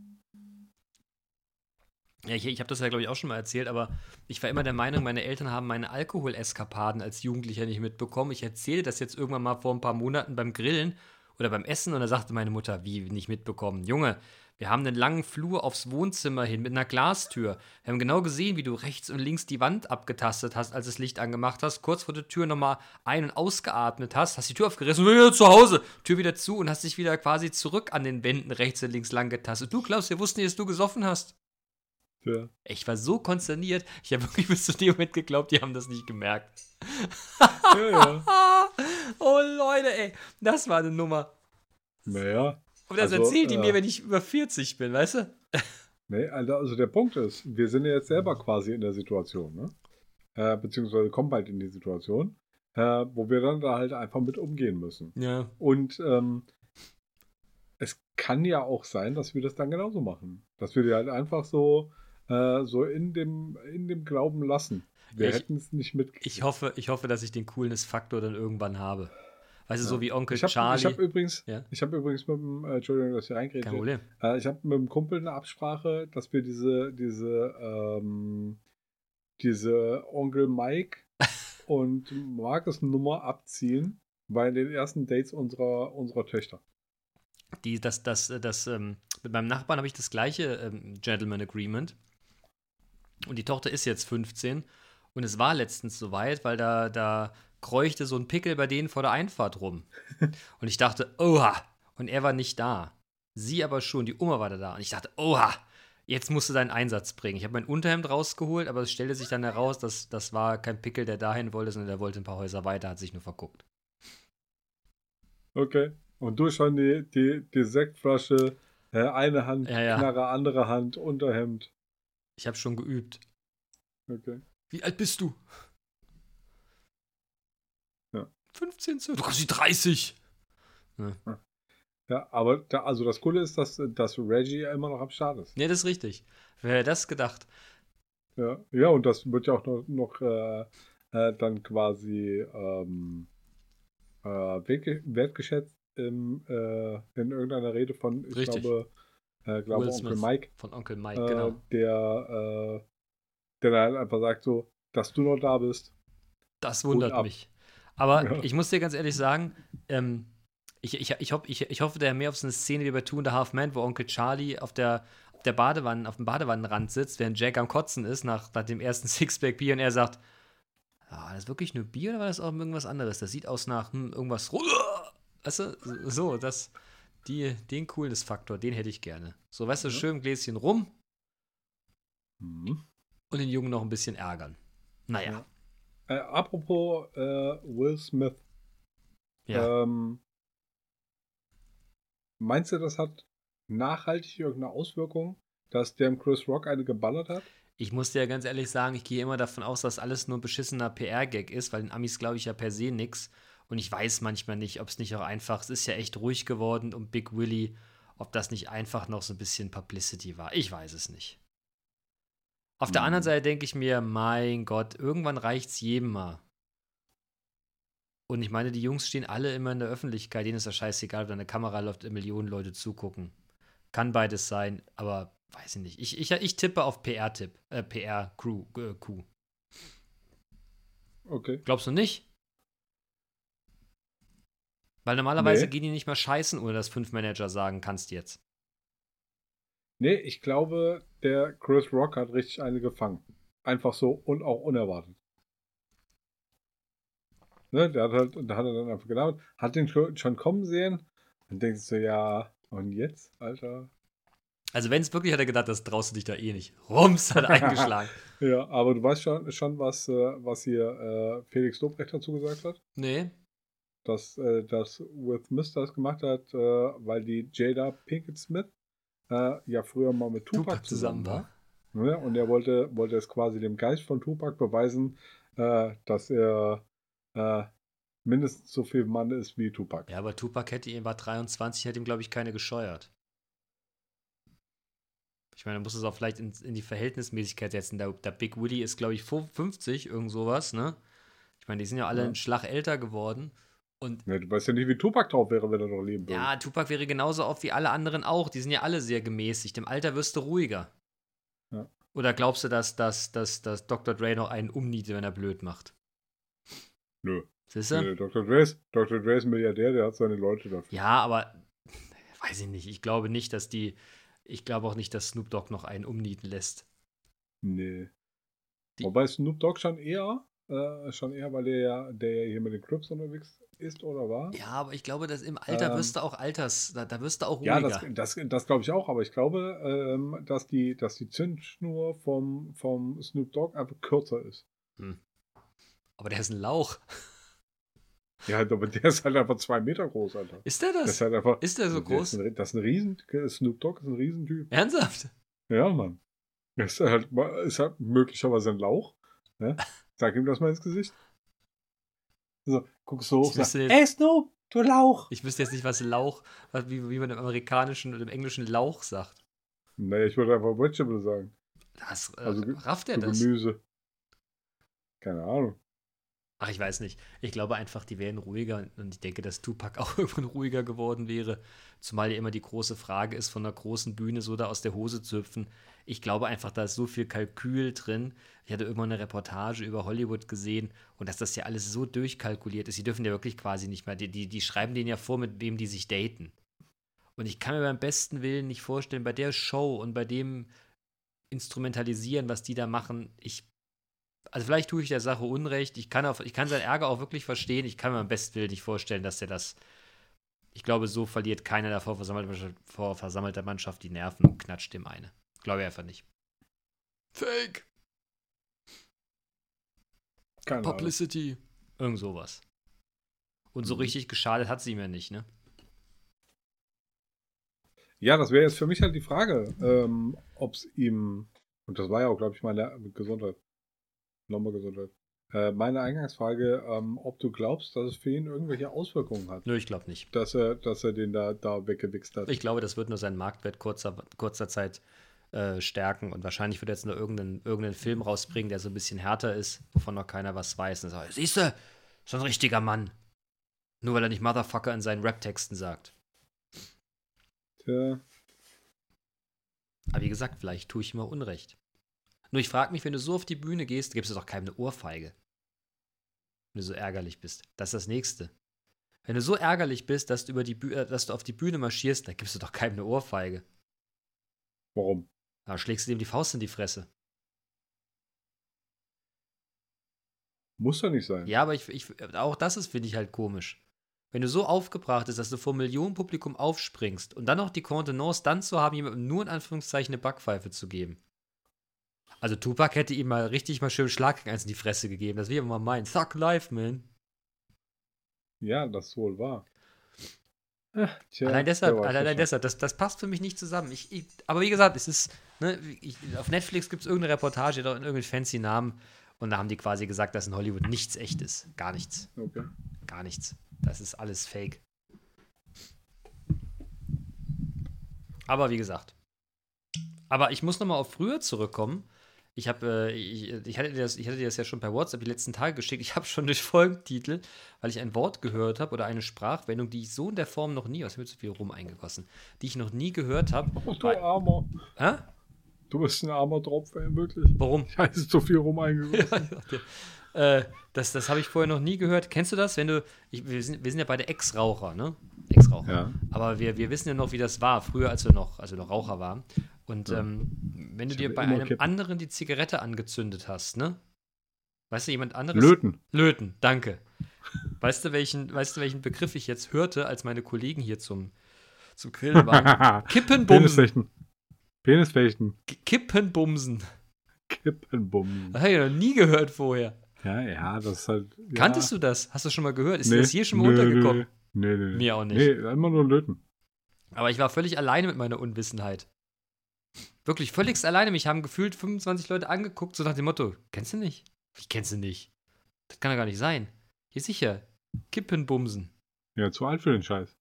Ja, ich, ich habe das ja, glaube ich, auch schon mal erzählt, aber ich war immer der Meinung, meine Eltern haben meine Alkoholeskapaden als Jugendlicher nicht mitbekommen. Ich erzähle das jetzt irgendwann mal vor ein paar Monaten beim Grillen oder beim Essen und da sagte meine Mutter, wie nicht mitbekommen? Junge, wir haben einen langen Flur aufs Wohnzimmer hin mit einer Glastür. Wir haben genau gesehen, wie du rechts und links die Wand abgetastet hast, als das Licht angemacht hast, kurz vor der Tür nochmal ein- und ausgeatmet hast, hast die Tür aufgerissen und wieder zu Hause, Tür wieder zu und hast dich wieder quasi zurück an den Wänden rechts und links lang getastet. Du, Klaus, wir wussten nicht, dass du gesoffen hast. Tja. Ich war so konsterniert, ich habe wirklich bis zu dem Moment geglaubt, die haben das nicht gemerkt. Ja, ja. Oh Leute, ey, das war eine Nummer. Naja. Und das Also, erzählen die äh, mir, wenn ich über vierzig bin, weißt du? Nee, Alter, also der Punkt ist, wir sind ja jetzt selber quasi in der Situation, ne? Äh, beziehungsweise kommen bald in die Situation, äh, wo wir dann da halt einfach mit umgehen müssen. Ja. Und ähm, es kann ja auch sein, dass wir das dann genauso machen. Dass wir die halt einfach so, äh, so in dem, in dem Glauben lassen. Wir Ich- hätten es nicht mit. Ich hoffe, ich hoffe, dass ich den Coolness-Faktor dann irgendwann habe. Weißt du, Ja. so wie Onkel Ich habe Charlie. hab übrigens, Ja. ich hab übrigens mit dem, äh, Entschuldigung, dass ich hier reingeredet Kein Problem. Äh, ich habe mit dem Kumpel eine Absprache, dass wir diese, diese, ähm, diese Onkel Mike und Markus Nummer abziehen bei den ersten Dates unserer, unserer Töchter. Die, das, das, das, ähm, mit meinem Nachbarn habe ich das gleiche ähm, Gentleman Agreement. Und die Tochter ist jetzt fünfzehn. Und es war letztens soweit, weil da, da kreuchte so ein Pickel bei denen vor der Einfahrt rum. Und ich dachte, oha. Und er war nicht da. Sie aber schon, die Oma war da da. Und ich dachte, oha, jetzt musst du deinen Einsatz bringen. Ich habe mein Unterhemd rausgeholt, aber es stellte sich dann heraus, dass das war kein Pickel, der dahin wollte, sondern der wollte ein paar Häuser weiter, hat sich nur verguckt. Okay. Und du schon die, die, die Sektflasche, äh, eine Hand, Ja, ja. Knarre, andere Hand, Unterhemd. Ich habe schon geübt. Okay. Wie alt bist du? Ja. fünfzehn, du kannst die dreißig. Ja, aber da, also das Coole ist, dass, dass Reggie ja immer noch am Start ist. Ja, das ist richtig. Wer hätte das gedacht? Ja, ja, und das wird ja auch noch, noch äh, äh, dann quasi ähm, äh, wertge- wertgeschätzt im, äh, in irgendeiner Rede von, ich Richtig. glaube, äh, glaube Will Onkel Smith. Mike, Von Onkel Mike, äh, genau. der, äh, der dann halt einfach sagt so, dass du noch da bist. Das wundert ab. mich. Aber Ja. ich muss dir ganz ehrlich sagen, ähm, ich, ich, ich, hoff, ich, ich hoffe da mehr auf so eine Szene wie bei Two and a Half Men, wo Onkel Charlie auf der, auf der Badewanne, auf dem Badewannenrand sitzt, während Jack am Kotzen ist nach, nach dem ersten Sixpack Bier und er sagt, ah, das ist wirklich nur Bier oder war das auch irgendwas anderes? Das sieht aus nach hm, irgendwas. Weißt du, so, das, die, den Coolness-Faktor, den hätte ich gerne. So, weißt du, Ja. schön ein Gläschen rum Mhm. und den Jungen noch ein bisschen ärgern. Naja. Äh, apropos äh, Will Smith. Ja. Ähm, meinst du, das hat nachhaltig irgendeine Auswirkung, dass dem Chris Rock eine geballert hat? Ich muss dir ja ganz ehrlich sagen, ich gehe immer davon aus, dass alles nur ein beschissener P R-Gag ist, weil den Amis glaube ich ja per se nix. Und ich weiß manchmal nicht, ob es nicht auch einfach, es ist ja echt ruhig geworden um Big Willy, ob das nicht einfach noch so ein bisschen Publicity war. Ich weiß es nicht. Auf der Hm. anderen Seite denke ich mir, mein Gott, irgendwann reicht's jedem mal. Und ich meine, die Jungs stehen alle immer in der Öffentlichkeit, denen ist ja scheißegal, ob da eine Kamera läuft und Millionen Leute zugucken. Kann beides sein, aber weiß ich nicht. Ich, ich, ich tippe auf P R-Tipp, äh, P R-Crew, äh, Q. Okay. Glaubst du nicht? Weil normalerweise Nee. gehen die nicht mal scheißen, ohne dass fünf Manager sagen, kannst jetzt. Nee, ich glaube, der Chris Rock hat richtig eine gefangen. Einfach so und auch unerwartet. Ne, der hat halt, da hat er dann einfach gelabert, hat den schon schon kommen sehen und denkst du, ja, und jetzt, Alter? Also wenn es wirklich hat er gedacht, das traust du dich da eh nicht. Rums hat er eingeschlagen. Ja, aber du weißt schon, schon was, äh, was hier äh, Felix Lobrecht dazu gesagt hat? Nee. Dass, äh, dass Will Smith das gemacht hat, äh, weil die Jada Pinkett Smith äh, ja früher mal mit Tupac, Tupac zusammen zusammen war. Ne? Und er wollte, wollte es quasi dem Geist von Tupac beweisen, äh, dass er äh, mindestens so viel Mann ist wie Tupac. Ja, aber Tupac hätte ihn, war dreiundzwanzig, hätte ihm, glaube ich, keine gescheuert. Ich meine, da muss es auch vielleicht in, in die Verhältnismäßigkeit setzen. Der, der Big Willie ist, glaube ich, fünfzig, irgend sowas, ne? Ich meine, die sind ja alle Ja. einen Schlag älter geworden. Und Ja, du weißt ja nicht, wie Tupac drauf wäre, wenn er noch leben würde. ja, Tupac wäre genauso oft wie alle anderen auch. Die sind ja alle sehr gemäßigt. Im Alter wirst du ruhiger. Ja. Oder glaubst du, dass, dass, dass, dass Doktor Dre noch einen umnietet, wenn er blöd macht? Nö. Siehst du? Nee, Doktor Dre ist, Doktor Dre ist ein Milliardär, der hat seine Leute dafür. Ja, aber weiß ich nicht. Ich glaube nicht, dass die. Ich glaube auch nicht, dass Snoop Dogg noch einen umnieten lässt. Nee. Die- Wobei Snoop Dogg schon eher, äh, schon eher, weil der ja, der ja hier mit den Crips unterwegs ist oder war. Ja, aber ich glaube, dass im Alter Ähm, wirst du auch alters. Da, da wirst du auch Ja, ruhiger. das, das, das glaube ich auch, aber ich glaube, ähm, dass, die, dass die Zündschnur vom, vom Snoop Dogg einfach kürzer ist. Hm. Aber der ist ein Lauch. Ja, aber der ist halt einfach zwei Meter groß, Alter. Ist der Das das? ist halt einfach. Ist der so der groß? Ist ein, das ist ein Riesen. Snoop Dogg ist ein Riesentyp. Ernsthaft? Ja, Mann. Das ist halt, ist halt möglicherweise ein Lauch. Ne? Sag ihm das mal ins Gesicht. So, guckst du hoch, Ich wüsste sag, jetzt- ey Snoop, du Lauch. Ich wüsste jetzt nicht, was Lauch, was- wie, wie man im amerikanischen oder im englischen Lauch sagt. Nee, ich würde einfach Vegetable sagen. Das, äh, Also Ge- rafft er So das? Gemüse. Keine Ahnung. Ach, ich weiß nicht. Ich glaube einfach, die wären ruhiger und ich denke, dass Tupac auch irgendwann ruhiger geworden wäre. Zumal ja immer die große Frage ist, von einer großen Bühne so da aus der Hose zu hüpfen. Ich glaube einfach, da ist so viel Kalkül drin. Ich hatte irgendwann eine Reportage über Hollywood gesehen und dass das ja alles so durchkalkuliert ist. Die dürfen ja wirklich quasi nicht mehr. Die, die, die schreiben denen ja vor, mit wem die sich daten. Und ich kann mir beim besten Willen nicht vorstellen, bei der Show und bei dem Instrumentalisieren, was die da machen, ich also vielleicht tue ich der Sache Unrecht. Ich kann, auf, ich kann seinen Ärger auch wirklich verstehen. Ich kann mir am besten Willen nicht vorstellen, dass er das. Ich glaube, so verliert keiner der vor versammelter, vor versammelter Mannschaft die Nerven und knatscht dem eine. Glaube ich einfach nicht. Fake. Keine Ahnung. Publicity. Irgend sowas. Und so Mhm. richtig geschadet hat sie ihm ja nicht, ne? Ja, das wäre jetzt für mich halt die Frage, ähm, ob es ihm, und das war ja auch, glaube ich, meine Gesundheit, nochmal Gesundheit, äh, meine Eingangsfrage, ähm, ob du glaubst, dass es für ihn irgendwelche Auswirkungen hat, Nö, ich glaube nicht. dass er, dass er den da, da weggewichst hat. Ich glaube, das wird nur seinen Marktwert kurzer, kurzer Zeit äh, stärken und wahrscheinlich wird er jetzt nur irgendeinen, irgendeinen Film rausbringen, der so ein bisschen härter ist, wovon noch keiner was weiß. Und sagt, siehst du, so ein richtiger Mann. Nur weil er nicht Motherfucker in seinen Rap-Texten sagt. Tja, Aber wie gesagt, vielleicht tue ich ihm auch Unrecht. Nur ich frage mich, wenn du so auf die Bühne gehst, gibst du doch keinem eine Ohrfeige. Wenn du so ärgerlich bist. Das ist das Nächste. Wenn du so ärgerlich bist, dass du, über die Büh- äh, dass du auf die Bühne marschierst, dann gibst du doch keinem eine Ohrfeige. warum? Da schlägst du dem die Faust in die Fresse. Muss doch nicht sein. Ja, aber ich, ich, auch das ist, finde ich, halt komisch. Wenn du so aufgebracht bist, dass du vor Millionenpublikum aufspringst und dann noch die Kontenance dann zu haben, jemandem nur in Anführungszeichen eine Backpfeife zu geben. Also Tupac hätte ihm mal richtig mal schön Schlag eins in die Fresse gegeben. Das will ich aber mal meinen. Thug Life, man. Ja, das ist wohl wahr. Ach, tja, Allein deshalb, wer weiß das allein schon. deshalb, das, das passt für mich nicht zusammen. Ich, ich, aber wie gesagt, es ist, ne, ich, auf Netflix gibt es irgendeine Reportage, doch in irgendeinen fancy Namen und da haben die quasi gesagt, dass in Hollywood nichts echt ist. Gar nichts. Okay. Gar nichts. Das ist alles fake. Aber wie gesagt. Aber ich muss nochmal auf früher zurückkommen. Ich habe, äh, ich, ich, hatte dir das, ich hatte dir das ja schon per WhatsApp die letzten Tage geschickt. Ich habe schon durch Folgentitel, weil ich ein Wort gehört habe oder eine Sprachwendung, die ich so in der Form noch nie, was mir zu viel rum eingegossen, die ich noch nie gehört habe. Oh, du Armer. Hä? Du bist ein armer Tropf, ey, wirklich. Warum? Da ist zu viel rum eingegossen. äh, das das habe ich vorher noch nie gehört. Kennst du das, wenn du, ich, wir, sind, wir sind ja beide Ex-Raucher, ne? Ex-Raucher. Ja. Aber wir, wir wissen ja noch, wie das war, früher, als wir noch, als wir noch Raucher waren. Und Ja. ähm, wenn du Ich dir habe bei immer einem Kippen. anderen die Zigarette angezündet hast, ne? Weißt du, jemand anderes? Löten. Löten, danke. Weißt du, welchen, weißt du, welchen Begriff ich jetzt hörte, als meine Kollegen hier zum, zum Grillen waren? Kippenbumsen. Penisfechten. Penisfechten. K- Kippenbumsen. Kippenbumsen. Das habe ich noch nie gehört vorher. Ja, ja, das ist halt. Ja. Kanntest du das? Hast du schon mal gehört? Ist Nee, dir das hier schon mal nö, untergekommen? Nee, nee, nee. Mir auch nicht. Nee, immer nur löten. Aber ich war völlig alleine mit meiner Unwissenheit. Wirklich völlig alleine. Mich haben gefühlt fünfundzwanzig Leute angeguckt, so nach dem Motto: Kennst du nicht? Wie kennst du nicht? Das kann ja gar nicht sein. Hier sicher. Kippenbumsen. Ja, zu alt für den Scheiß.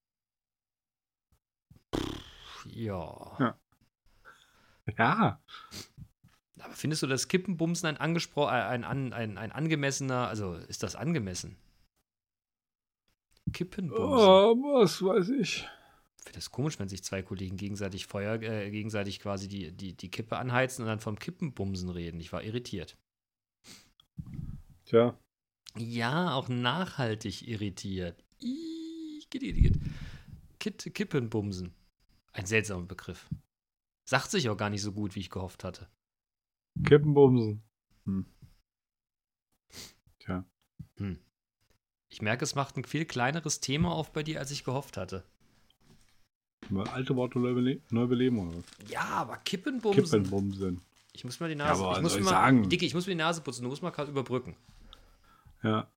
Ja. Ja. Ja. Aber findest du das Kippenbumsen ein, angespro- äh, ein, ein, ein, ein angemessener, also ist das angemessen? Kippenbumsen. Oh, was weiß ich. Ich finde das komisch, wenn sich zwei Kollegen gegenseitig Feuer, äh, gegenseitig quasi die, die, die Kippe anheizen und dann vom Kippenbumsen reden. Ich war irritiert. Tja. Ja, auch nachhaltig irritiert. Ih, geht, geht, geht. Kit, Kippenbumsen. Ein seltsamer Begriff. Sagt sich auch gar nicht so gut, wie ich gehofft hatte. Kippenbumsen. Hm. Tja. Hm. Ich merke, es macht ein viel kleineres Thema auf bei dir, als ich gehofft hatte. Mal alte Worte neu, bele- neu beleben, oder was? Ja, aber Kippenbumsen. Kippenbumsen. Ich muss mal die Nase. Ja, aber ich was muss soll mir ich mal, sagen? Dicke, ich muss mir die Nase putzen. Du musst mal gerade überbrücken. Ja.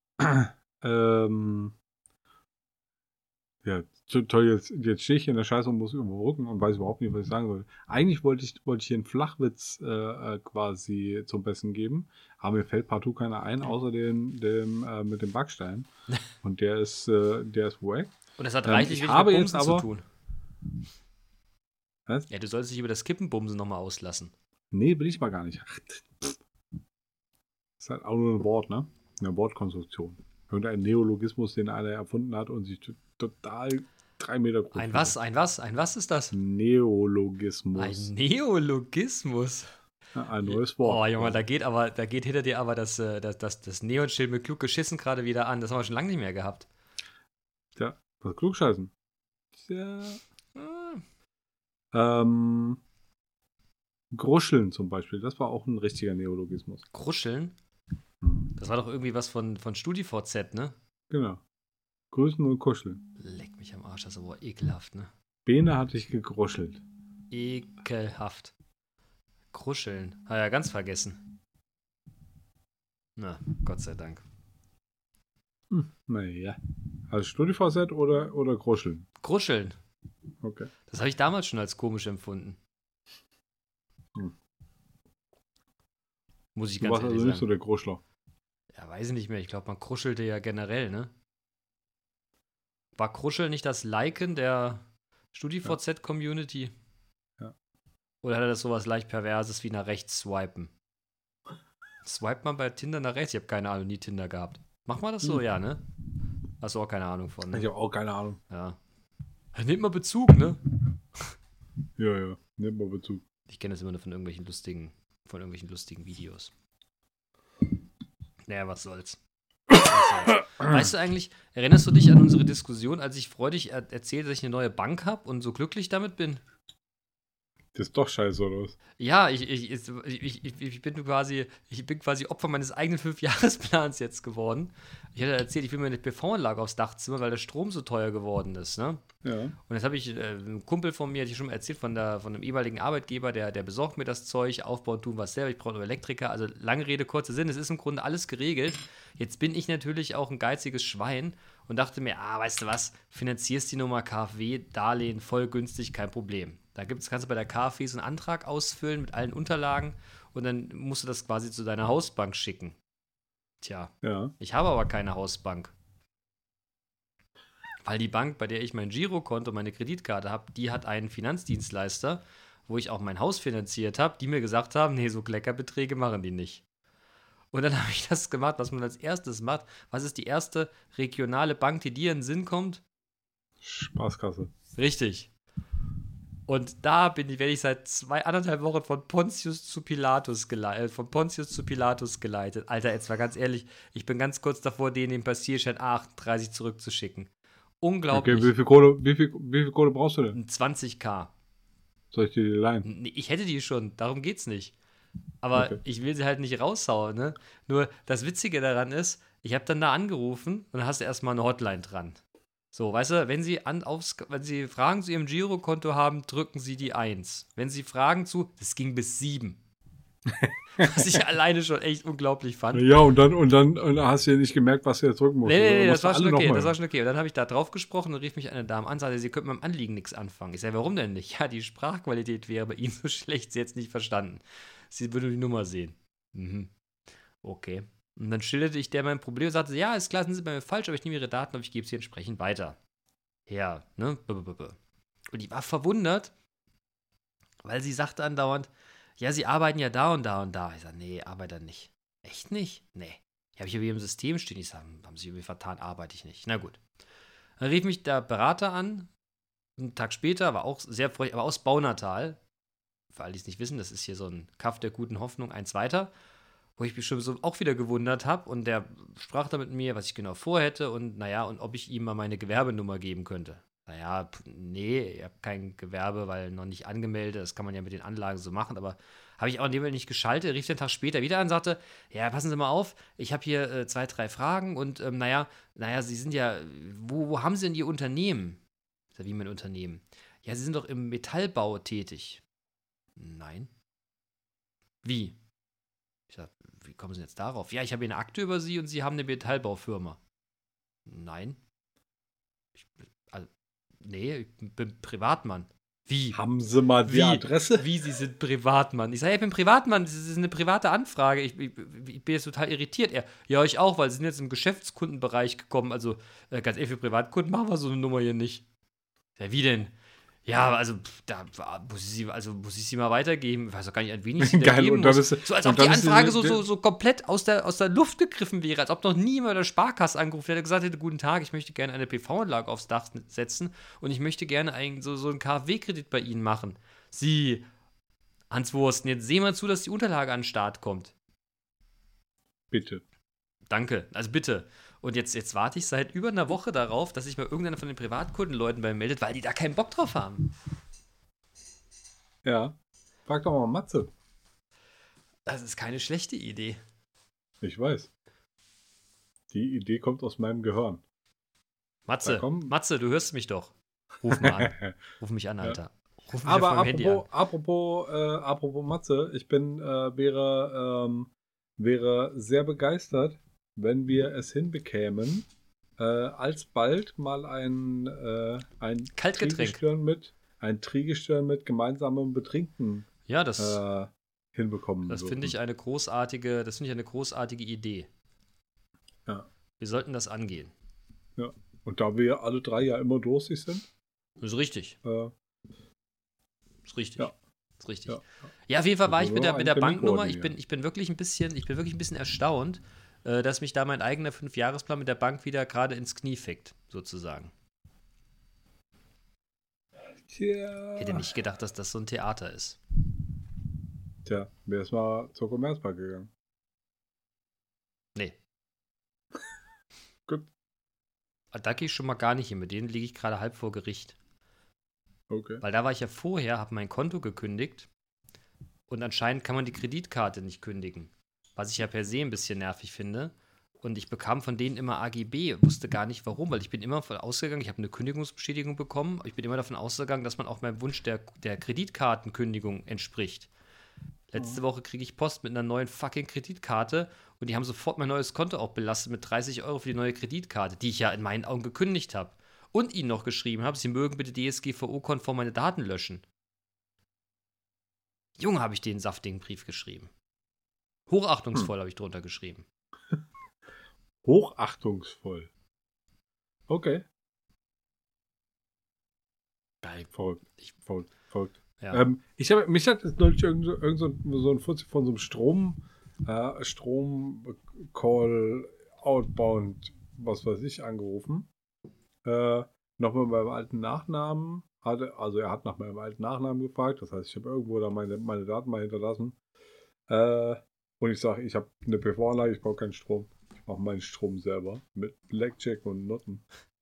ähm. Ja, to- toll, jetzt, jetzt stehe ich in der Scheiße und muss überbrücken und weiß überhaupt nicht, was ich sagen soll. Eigentlich wollte ich, wollte ich hier einen Flachwitz äh, äh, quasi zum Besten geben, aber mir fällt partout keiner ein, außer dem, dem äh, mit dem Backstein. Und der ist, äh, der ist wack. Und das hat Ähm, reichlich ich wenig habe mit jetzt Bumsen aber- zu tun. Was? Ja, du solltest dich über das Kippenbumsen nochmal auslassen. Nee, will ich mal gar nicht. Ach, pff. Ist halt auch nur ein Wort, ne? Eine Wortkonstruktion. Irgendein Neologismus, den einer erfunden hat und sich t- total drei Meter groß Ein was? Ein was? Ein was ist das? Neologismus. Ein Neologismus. Ja, ein neues Wort. Oh, Junge, da geht aber, da geht hinter dir aber das, äh, das, das, das Neonschild mit klug geschissen gerade wieder an. Das haben wir schon lange nicht mehr gehabt. Tja, was klugscheißen. Tja. Hm. Ähm, Gruscheln zum Beispiel, das war auch ein richtiger Neologismus. Kruscheln? Hm. Das war doch irgendwie was von, von StudiVZ, ne? Genau. Grüßen und kuscheln. Leck mich am Arsch, das ist aber ekelhaft, ne? Bene hatte ich gegruschelt. Ekelhaft. Kruscheln. Hat ja ganz vergessen. Na, Gott sei Dank. Hm. Naja. Also StudiVZ oder, oder Gruscheln? Kruscheln. Okay. Das habe ich damals schon als komisch empfunden. Hm. Muss ich Du ganz warst ehrlich also nicht so sagen. der Gruschler. Ja, weiß ich nicht mehr. Ich glaube, man kruschelte ja generell, ne? War Kruscheln nicht das Liken der StudiVZ-Community? Ja. Oder hat er das sowas leicht Perverses wie nach rechts swipen? Swipet man bei Tinder nach rechts? Ich habe keine Ahnung, nie Tinder gehabt. Macht man das so? Hm. Ja, ne? Hast du auch keine Ahnung von, ne? Ich habe auch keine Ahnung. Ja. Nehmt mal Bezug, ne? Ja, ja. Nimm mal Bezug. Ich kenne das immer nur von irgendwelchen lustigen, von irgendwelchen lustigen Videos. Naja, was soll's. Was soll's. Weißt du eigentlich, erinnerst du dich an unsere Diskussion, als ich freudig er erzählte, dass ich eine neue Bank habe und so glücklich damit bin? Das ist doch scheiße, oder was? Ja, ich, ich, ich, ich, ich bin quasi, ich bin quasi Opfer meines eigenen Fünfjahresplans jetzt geworden. Ich hatte erzählt, ich will mir eine P V-Anlage aufs Dachzimmer, weil der Strom so teuer geworden ist, ne? Ja. Und jetzt habe ich, äh, ein Kumpel von mir, hatte ich schon mal erzählt, von, der, von einem ehemaligen Arbeitgeber, der, der besorgt mir das Zeug, aufbauen, tun was selber, ich brauche nur Elektriker, also lange Rede, kurzer Sinn, es ist im Grunde alles geregelt. Jetzt bin ich natürlich auch ein geiziges Schwein und dachte mir, ah, weißt du was, finanzierst die Nummer K f W-Darlehen voll günstig, kein Problem. Da gibt's, kannst du bei der K f W so einen Antrag ausfüllen mit allen Unterlagen und dann musst du das quasi zu deiner Hausbank schicken. Tja, Ja. ich habe aber keine Hausbank. Weil die Bank, bei der ich mein Girokonto, meine Kreditkarte habe, die hat einen Finanzdienstleister, wo ich auch mein Haus finanziert habe, die mir gesagt haben, nee, so Kleckerbeträge machen die nicht. Und dann habe ich das gemacht, was man als erstes macht. Was ist die erste regionale Bank, die dir in den Sinn kommt? Spaßkasse. Richtig. Und da bin ich, werde ich seit zwei, anderthalb Wochen von Pontius zu Pilatus geleitet, von Pontius zu Pilatus geleitet. Alter, jetzt mal ganz ehrlich, ich bin ganz kurz davor, denen den Passierschein A achtunddreißig zurückzuschicken. Unglaublich. Okay, wie viel Kohle, wie viel, wie viel Kohle brauchst du denn? zwanzigtausend. Soll ich dir die leihen? Nee, ich hätte die schon, darum geht's nicht. Aber Okay. ich will sie halt nicht raushauen, ne? Nur das Witzige daran ist, Ich habe dann da angerufen und dann hast du erstmal eine Hotline dran. So, weißt du, wenn Sie, an, aufs, wenn Sie Fragen zu Ihrem Girokonto haben, drücken Sie die eins. Wenn Sie Fragen zu, das ging bis sieben. Was ich alleine schon echt unglaublich fand. Ja, und dann, und dann und hast du ja nicht gemerkt, was du jetzt drücken musst. Nee, nee, nee, das war schon okay, das war schon okay. Und dann habe ich da drauf gesprochen und rief mich eine Dame an, sagte, sie könnten mit dem Anliegen nichts anfangen. Ich sage, warum denn nicht? Ja, die Sprachqualität wäre bei Ihnen so schlecht, sie jetzt nicht verstanden. Sie würde die Nummer sehen. Mhm. Okay. Und dann schilderte ich der mein Problem und sagte, ja, ist klar, sind Sie bei mir falsch, aber ich nehme Ihre Daten auf, ich gebe sie entsprechend weiter. Ja, ne? Und die war verwundert, weil sie sagte andauernd, ja, Sie arbeiten ja da und da und da. Ich sage, nee, arbeite nicht. Echt nicht? Nee. Ja, habe ich ja wie im System stehen. Ich sage, haben Sie irgendwie vertan, arbeite ich nicht. Na gut. Dann rief mich der Berater an, einen Tag später, war auch sehr freundlich, aber aus Baunatal. Für alle, die es nicht wissen, das ist hier so ein Kaff der guten Hoffnung, eins weiter. Wo ich mich schon so auch wieder gewundert habe und der sprach da mit mir, was ich genau vorhätte und naja, und ob ich ihm mal meine Gewerbenummer geben könnte. Naja, nee, ich habe kein Gewerbe, weil noch nicht angemeldet, das kann man ja mit den Anlagen so machen, aber habe ich auch in dem Fall nicht geschaltet, rief den Tag später wieder an und sagte, ja, passen Sie mal auf, ich habe hier äh, zwei, drei Fragen und ähm, naja, naja, Sie sind ja, wo, wo haben Sie denn Ihr Unternehmen? Ich sag, wie mein Unternehmen? Ja, Sie sind doch im Metallbau tätig. Nein. Wie? Ich sag, wie kommen Sie jetzt darauf? Ja, ich habe hier eine Akte über Sie und Sie haben eine Metallbaufirma. Nein. Ich, also, nee, ich bin Privatmann. Wie? Haben Sie mal die Wie? Adresse? Wie, Sie sind Privatmann? Ich sage, ja, ich bin Privatmann, das ist eine private Anfrage. Ich, ich, ich bin jetzt total irritiert. Er, ja, ich auch, weil Sie sind jetzt im Geschäftskundenbereich gekommen. Also, äh, ganz ehrlich, für Privatkunden machen wir so eine Nummer hier nicht. Ja, wie denn? Ja, also da muss ich sie, also muss ich sie mal weitergeben. Ich weiß auch gar nicht, an wen ich sie da geben muss. Ist, so als ob die Anfrage so, so, so komplett aus der, aus der Luft gegriffen wäre, als ob noch nie jemand der Sparkasse angerufen hätte, gesagt hätte, guten Tag, ich möchte gerne eine P V-Anlage aufs Dach setzen und ich möchte gerne einen, so, so einen K f W-Kredit bei Ihnen machen. Sie, Hans Wursten, jetzt sehen wir zu, dass die Unterlage an den Start kommt. Bitte. Danke, also bitte. Und jetzt, jetzt warte ich seit über einer Woche darauf, dass sich mal irgendeiner von den Privatkundenleuten bei mir meldet, weil die da keinen Bock drauf haben. Ja. Frag doch mal Matze. Das ist keine schlechte Idee. Ich weiß. Die Idee kommt aus meinem Gehirn. Matze, Matze, du hörst mich doch. Ruf mal an. Ruf mich an, Alter. Ja. Ruf mich Aber auf Handy apropos, an. apropos, äh, apropos Matze, ich bin, äh, wäre, ähm, wäre sehr begeistert, wenn wir es hinbekämen, äh, alsbald mal ein, äh, ein Trigestirn mit, ein Trigestirn mit gemeinsamem Betrinken ja, das, äh, hinbekommen. Das finde ich eine großartige, das finde ich eine großartige Idee. Ja. Wir sollten das angehen. Ja. Und da wir alle drei ja immer durstig sind. Das ist richtig. Äh, ist richtig. Ja. Ist richtig. Ja, ja, auf jeden Fall war ich mit der, mit der Banknummer. Ich bin, ich bin wirklich ein bisschen, ich bin wirklich ein bisschen erstaunt, äh, dass mich da mein eigener Fünfjahresplan mit der Bank wieder gerade ins Knie fickt, sozusagen. Tja. Hätte nicht gedacht, dass das so ein Theater ist. Tja, wer ist mal zur Commerzbank gegangen? Nee. Gut. Da gehe ich schon mal gar nicht hin. Mit denen liege ich gerade halb vor Gericht. Okay. Weil da war ich ja vorher, habe mein Konto gekündigt und anscheinend kann man die Kreditkarte nicht kündigen. Was ich ja per se ein bisschen nervig finde. Und ich bekam von denen immer A G B, wusste gar nicht warum, weil ich bin immer davon ausgegangen, ich habe eine Kündigungsbestätigung bekommen, ich bin immer davon ausgegangen, dass man auch meinem Wunsch der, der Kreditkartenkündigung entspricht. Letzte Woche kriege ich Post mit einer neuen fucking Kreditkarte und die haben sofort mein neues Konto auch belastet mit dreißig Euro für die neue Kreditkarte, die ich ja in meinen Augen gekündigt habe. Und ihnen noch geschrieben habe, sie mögen bitte D S G V O-konform meine Daten löschen. Junge, habe ich den saftigen Brief geschrieben. Hochachtungsvoll hm. habe ich drunter geschrieben. Hochachtungsvoll. Okay. Geil. Verrückt. Ich, verrückt. Verrückt. Ja. Ähm, ich habe mich hat jetzt neulich irgend so, irgend so, so ein Fuzzi von so einem Strom, äh, Strom-Call, Outbound, was weiß ich, angerufen. Äh, nochmal meinem alten Nachnamen. Hatte, also er hat nach meinem alten Nachnamen gefragt. Das heißt, ich habe irgendwo da meine, meine Daten mal hinterlassen. Äh, und ich sage, ich habe eine P V-Anlage, ich brauche keinen Strom. Ich mache meinen Strom selber mit Blackjack und Noten.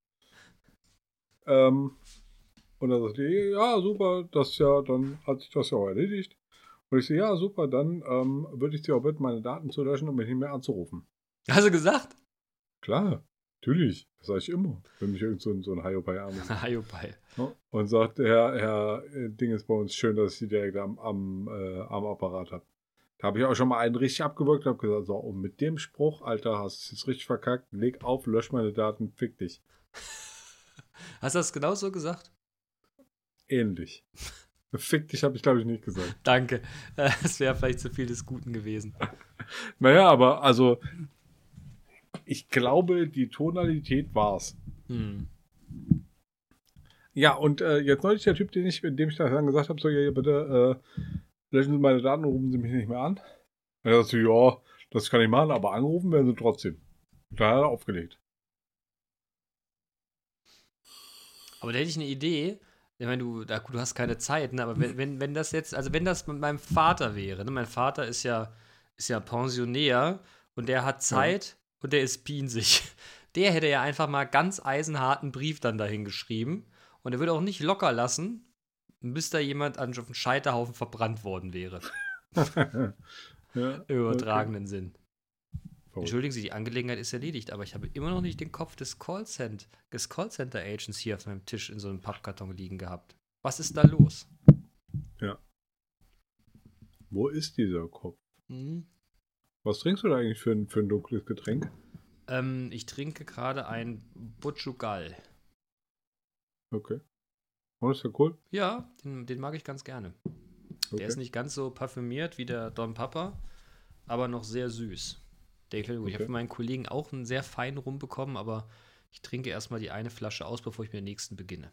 Ähm, und dann sagte ich, ja, super, das ja, dann hat sich das ja auch erledigt. Und ich so, ja, super, dann ähm, würde ich dir auch bitten, meine Daten zu löschen und mich nicht mehr anzurufen. Hast du gesagt? Klar, natürlich. Das sage ich immer, wenn mich irgend so ein, so ein Haiopai anruft. Haiopai. Ne? Und sagt, Herr, Herr äh, Ding ist bei uns schön, dass ich Sie direkt am, am, äh, am Apparat habe. Da habe ich auch schon mal einen richtig abgewürgt und habe gesagt, so, und mit dem Spruch, Alter, hast du es jetzt richtig verkackt, leg auf, lösch meine Daten, fick dich. Hast du das genau so gesagt? Ähnlich. Fick dich habe ich, glaube ich, nicht gesagt. Danke. Das wäre vielleicht zu viel des Guten gewesen. Naja, aber also, ich glaube, die Tonalität war's. Hm. Ja, und äh, jetzt neulich der Typ, den ich, dem ich dann gesagt habe, so, ja, bitte, äh, löschen Sie meine Daten und rufen Sie mich nicht mehr an. Und er sagte, ja, das kann ich machen, aber angerufen werden Sie trotzdem. Und dann hat er aufgelegt. Aber da hätte ich eine Idee. Ich meine, du, da, du hast keine Zeit, ne? Aber wenn, wenn, wenn das jetzt, also wenn das mit meinem Vater wäre, ne? Mein Vater ist ja, ist ja Pensionär und der hat Zeit und der ist pinsig. Der hätte ja einfach mal ganz eisenharten Brief dann dahin geschrieben und er würde auch nicht locker lassen, bis da jemand an auf dem Scheiterhaufen verbrannt worden wäre. Ja, Im übertragenen okay. Sinn. Verrückt. Entschuldigen Sie, die Angelegenheit ist erledigt, aber ich habe immer noch nicht den Kopf des Callcenter, des Callcenter-Agents hier auf meinem Tisch in so einem Pappkarton liegen gehabt. Was ist da los? Ja. Wo ist dieser Kopf? Hm? Was trinkst du da eigentlich für ein, für ein dunkles Getränk? Ähm, ich trinke gerade ein Butchugal. Okay. Oh, ist ja cool. Ja, den, den mag ich ganz gerne. Okay. Der ist nicht ganz so parfümiert wie der Don Papa, aber noch sehr süß. Der gefällt mir gut. Ich habe Okay. von meinen Kollegen auch einen sehr feinen Rum bekommen, aber ich trinke erstmal die eine Flasche aus, bevor ich mit der nächsten beginne.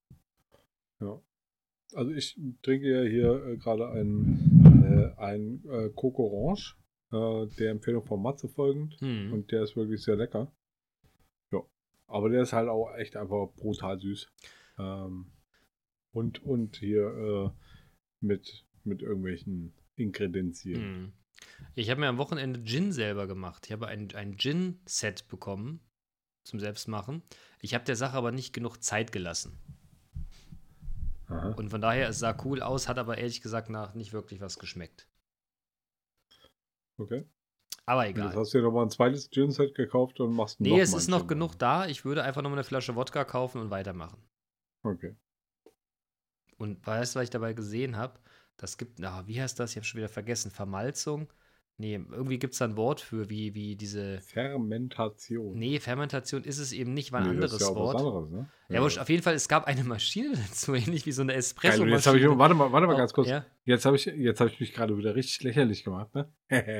Ja. Also ich trinke ja hier äh, gerade einen, äh, einen äh, Coco Orange, äh, der Empfehlung von Matze folgend. Hm. Und der ist wirklich sehr lecker. Ja. Aber der ist halt auch echt einfach brutal süß. Ähm, und, und hier äh, mit, mit irgendwelchen Ingredienzien. Hm. Ich habe mir am Wochenende Gin selber gemacht. Ich habe ein, ein Gin-Set bekommen zum Selbstmachen. Ich habe der Sache aber nicht genug Zeit gelassen. Aha. Und von daher, es sah cool aus, hat aber ehrlich gesagt nach nicht wirklich was geschmeckt. Okay. Aber Und egal. jetzt hast du dir nochmal ein zweites Gin-Set gekauft und machst Nee, noch es mal ist einen noch Gin genug rein. da. Ich würde einfach nochmal eine Flasche Wodka kaufen und weitermachen. Okay. Und weißt du, was ich dabei gesehen habe? Das gibt, na, wie heißt das? Ich habe schon wieder vergessen. Vermalzung? Nee, irgendwie gibt es da ein Wort für, wie, wie diese. Fermentation. Nee, Fermentation ist es eben nicht, war ein Nee, anderes das ist ja auch Wort. was anderes, ne? Ja, aber auf jeden Fall, es gab eine Maschine dazu, ähnlich wie so eine Geil, und Espresso-Maschine. jetzt habe ich, warte mal, warte mal Oh, ganz kurz. ja. Jetzt habe ich, jetzt habe ich mich gerade wieder richtig lächerlich gemacht, ne?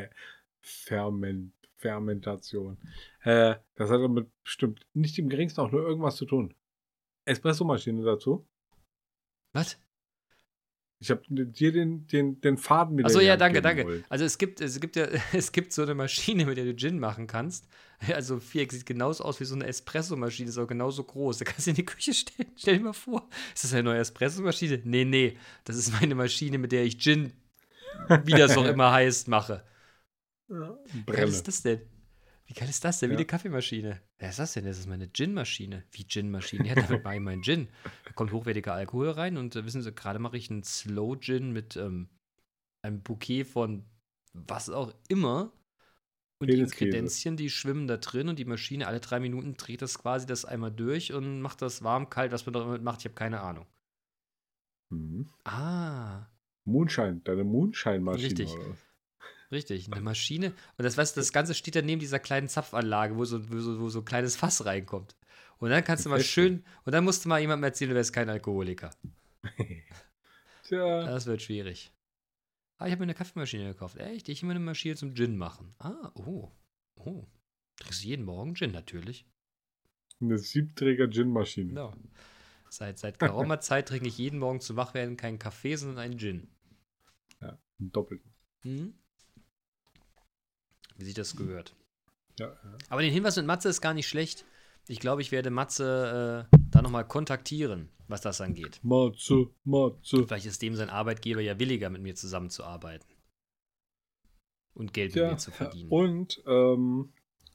Ferment, Fermentation. Äh, das hat damit bestimmt nicht im geringsten auch nur irgendwas zu tun. Espressomaschine dazu. Was? Ich habe dir den, den, den Faden wieder Achso, in die ja, Hand danke, geben danke. wollen. Also es gibt, es gibt ja, es gibt so eine Maschine, mit der du Gin machen kannst. Also Viereck sieht genauso aus wie so eine Espressomaschine, ist auch genauso groß. Da kannst du in die Küche stellen. Stell dir mal vor, ist das eine neue Espressomaschine? Nee, nee, das ist meine Maschine, mit der ich Gin, wie das auch immer heißt, mache. Ja, Wie geil Brenne. ist das denn? Wie geil ist das denn? Wie Ja. eine Kaffeemaschine. Wer ist das denn? Das ist meine Gin-Maschine. Wie Gin-Maschine? Ja, damit mache ich meinen Gin. Da kommt hochwertiger Alkohol rein und äh, wissen Sie, gerade mache ich einen Slow-Gin mit ähm, einem Bouquet von was auch immer. Und die Peniskäse. Ingredienzien, die schwimmen da drin und die Maschine alle drei Minuten dreht das quasi das einmal durch und macht das warm, kalt, was man damit macht. Ich habe keine Ahnung. Mhm. Ah, Moonshine, deine Moonshine-Maschine. Richtig. Oder was? richtig. Eine Maschine. Und das, weißt du, das Ganze steht dann neben dieser kleinen Zapfanlage, wo so, wo so, wo so ein kleines Fass reinkommt. Und dann kannst du mal Feste. schön, und dann musst du mal jemandem erzählen, du wärst kein Alkoholiker. Tja, Das wird schwierig. Ah, ich habe mir eine Kaffeemaschine gekauft. Echt? Ich will mir eine Maschine zum Gin machen. Ah, oh. Oh. Trinkst du jeden Morgen Gin, natürlich. eine Siebträger-Gin-Maschine. Genau. Seit, seit geraumer Zeit trinke ich jeden Morgen zum Wachwerden keinen Kaffee, sondern einen Gin. Ja, einen doppelten. Mhm. Wie sich das gehört. Ja, ja. Aber den Hinweis mit Matze ist gar nicht schlecht. Ich glaube, ich werde Matze äh, da nochmal kontaktieren, was das angeht. Matze, Matze. Vielleicht ist dem sein Arbeitgeber ja williger, mit mir zusammenzuarbeiten. Und Geld Tja, mit mir zu verdienen. und ähm,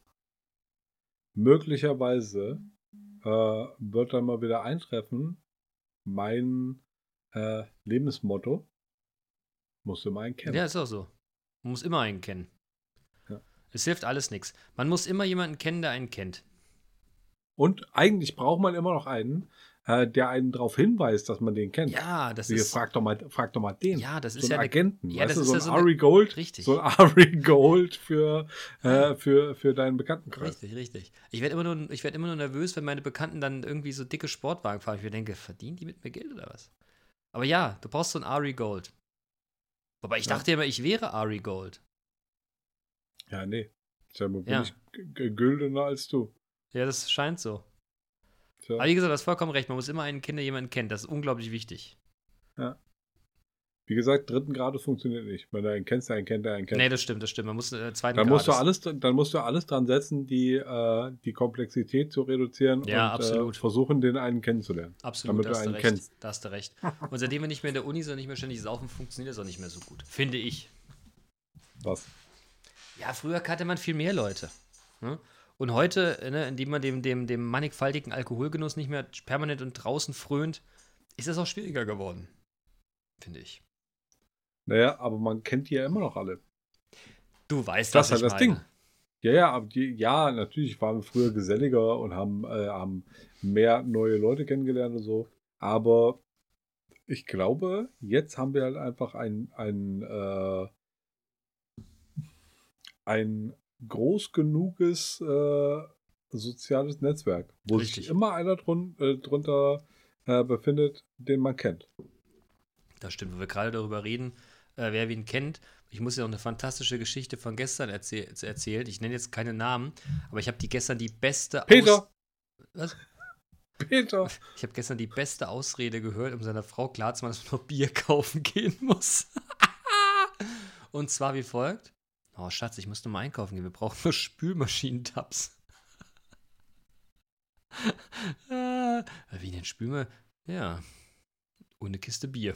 möglicherweise äh, wird dann mal wieder eintreffen, mein äh, Lebensmotto musst du mal einen kennen. Ja, ist auch so. Man muss immer einen kennen. Ja. Es hilft alles nichts. Man muss immer jemanden kennen, der einen kennt. Und eigentlich braucht man immer noch einen, äh, der einen darauf hinweist, dass man den kennt. Ja, das Hier, ist. frag doch mal, frag doch mal den. Ja, das so ist einen ja eine- Agenten. ja, weißt das du, ist so ja ein so eine- Ari Gold. Richtig. So ein Ari Gold für, äh, für, für deinen Bekanntenkreis. Richtig, richtig. Ich werde immer, nur, ich werd immer nur nervös, wenn meine Bekannten dann irgendwie so dicke Sportwagen fahren. Ich mir denke, verdienen die mit mir Geld oder was? Aber ja, du brauchst so einen Ari Gold. Wobei ich Ja. dachte immer, ich wäre Ari Gold. Ja, nee. Tja, bin Ja. ich g- g- güldener als du. Ja, das scheint so. Tja. Aber wie gesagt, du hast vollkommen recht. Man muss immer einen kennen, der jemanden kennt. Das ist unglaublich wichtig. Wie gesagt, dritten Grades funktioniert nicht. Wenn du einen kennst, der einen kennt, der einen kennt. Nee, das stimmt, das stimmt. Man muss äh, zweiten dann, musst du Grades. alles, dann musst du alles dran setzen, die, äh, die Komplexität zu reduzieren Ja, und absolut. Äh, versuchen, den einen kennenzulernen. Absolut, damit da du hast du einen recht. kennst. Da hast du recht. Und seitdem wir nicht mehr in der Uni sind und nicht mehr ständig saufen, funktioniert das auch nicht mehr so gut. Finde ich. Was? Ja, früher kannte man viel mehr Leute. Ne? Und heute, ne, indem man dem, dem, dem mannigfaltigen Alkoholgenuss nicht mehr permanent und draußen frönt, ist es auch schwieriger geworden. Finde ich. Naja, aber man kennt die ja immer noch alle. Du weißt, Das was ist halt ich das meine. Ding. Ja, ja, aber die, ja, natürlich waren wir früher geselliger und haben, äh, haben mehr neue Leute kennengelernt und so. Aber ich glaube, jetzt haben wir halt einfach ein, ein, äh, ein groß genuges äh, soziales Netzwerk, wo Richtig. sich immer einer drun, äh, drunter äh, befindet, den man kennt. Das stimmt, wo wir gerade darüber reden, äh, wer wen kennt. Ich muss ja noch eine fantastische Geschichte von gestern erzäh erzählen. Ich nenne jetzt keine Namen, aber ich habe die gestern die beste Peter! Aus Was? Peter! Ich habe gestern die beste Ausrede gehört, um seiner Frau klarzumachen, dass man noch Bier kaufen gehen muss. Und zwar wie folgt. Oh, Schatz, ich muss noch mal einkaufen gehen. Wir brauchen nur Spülmaschinentabs. äh, wie denn Spülmaschinen? Ja. Und eine Kiste Bier.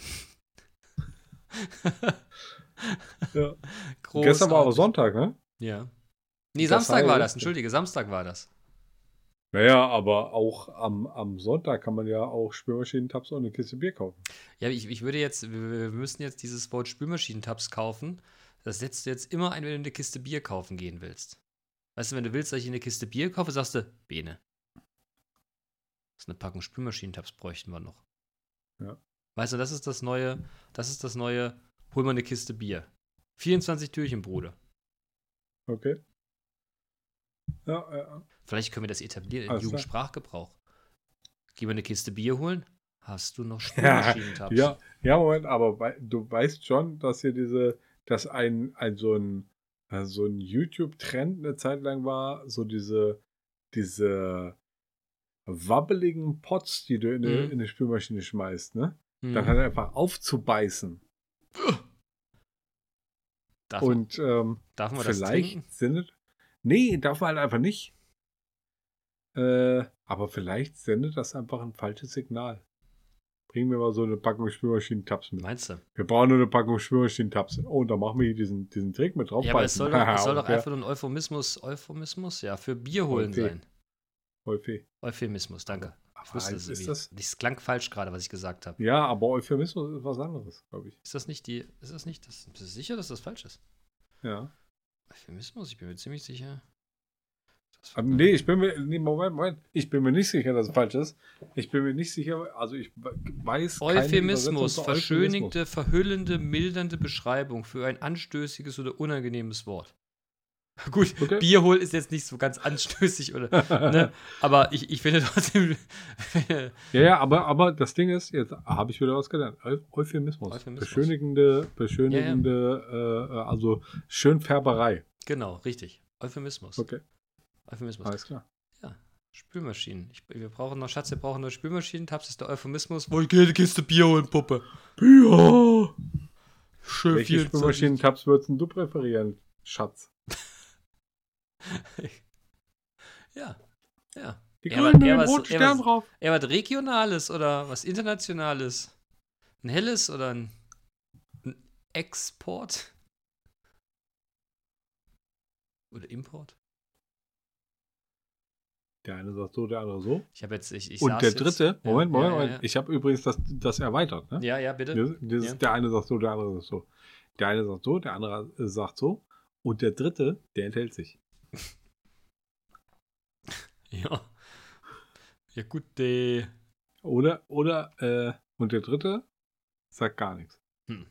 Ja. Großartig. Gestern war aber Sonntag, ne? Ja. Nee, Das Samstag war heißt- das. Entschuldige, Samstag war das. Naja, aber auch am, am Sonntag kann man ja auch Spülmaschinentabs und eine Kiste Bier kaufen. Ja, ich, ich würde jetzt, wir wir müssen jetzt dieses Wort Spülmaschinentabs kaufen. Das setzt du jetzt immer ein, wenn du eine Kiste Bier kaufen gehen willst. Weißt du, wenn du willst, dass ich eine Kiste Bier kaufe, sagst du, Bene. Das ist eine Packung Spülmaschinentabs bräuchten wir noch. Ja. Weißt du, das ist das neue, das ist das neue, hol mal eine Kiste Bier. vierundzwanzig Türchen, Bruder. Okay. Ja, ja. Vielleicht können wir das etablieren im Alles klar. Jugendsprachgebrauch. Geh mal eine Kiste Bier holen. Hast du noch Spülmaschinentabs? Ja, ja, Moment, aber wei- du weißt schon, dass hier diese, dass ein, ein so ein, äh, so ein YouTube-Trend eine Zeit lang war, so diese, diese wabbeligen Pots, die du in, eine, Mhm. in eine Spülmaschine schmeißt, ne? Hm. Dann halt einfach aufzubeißen. darf, Und ähm, darf man das vielleicht trinken? sendet. Nee, darf man halt einfach nicht. Äh, aber vielleicht sendet das einfach ein falsches Signal. Bringen wir mal so eine Packung Spülmaschinen-Tabs mit. Meinst du? Wir brauchen nur eine Packung Spülmaschinen-Tabs. Oh, und dann machen wir hier diesen, diesen Trick mit drauf. Ja, aber es soll doch, es soll doch okay. einfach nur ein Euphemismus, Euphemismus, ja, für Bier holen Okay. sein. Euphe. Euphemismus, danke. Ich Aber wusste ist es irgendwie. das- Das klang falsch gerade, was ich gesagt habe. Ja, aber Euphemismus ist was anderes, glaube ich. Ist das nicht die, ist das nicht, das, bist du sicher, dass das falsch ist? Ja. Euphemismus, ich bin mir ziemlich sicher. Das Aber nee, ich bin mir, nee, Moment, Moment. Ich bin mir nicht sicher, dass es falsch ist. Ich bin mir nicht sicher, also ich weiß keine Euphemismus, Übersetzung zu verschönigte, verhüllende, mildernde Beschreibung für ein anstößiges oder unangenehmes Wort. Gut, Okay. Bier holen ist jetzt nicht so ganz anstößig, oder? Ne? Aber ich, ich finde trotzdem. Ja, ja, aber, aber das Ding ist, jetzt habe ich wieder was gelernt. Eu- Euphemismus. Euphemismus. Beschönigende, beschönigende, Äh, also Schönfärberei. Genau, richtig. Euphemismus. Okay, Euphemismus. alles klar. Spülmaschinen. Ich, wir brauchen noch, Schatz, wir brauchen noch Spülmaschinen. Tabs ist der Euphemismus. Wo ich gehe, eine Kiste Bier holen, Puppe. Bier! Schön Welche vierundzwanzig. Spülmaschinen-Tabs würdest denn du präferieren, Schatz? Ja, ja. Die Ja, grünen aber- mit ja, dem was- roten ja, Stern was- drauf. Eher was Regionales oder was Internationales? Ein helles oder ein, ein Export? Oder Import? Der eine sagt so, der andere so. Ich habe jetzt, ich, ich Und saß der jetzt, dritte, ja, Moment, Moment, ja, Moment. ja, Ich habe übrigens das, das erweitert. Ne? Ja, ja, bitte. Das, das Ja. ist, der eine sagt so, der andere sagt so. Der eine sagt so, der andere äh, sagt so. Und der dritte, der enthält sich. Ja. Ja, gut, äh. Oder, oder, äh, und der dritte sagt gar nichts. Hm.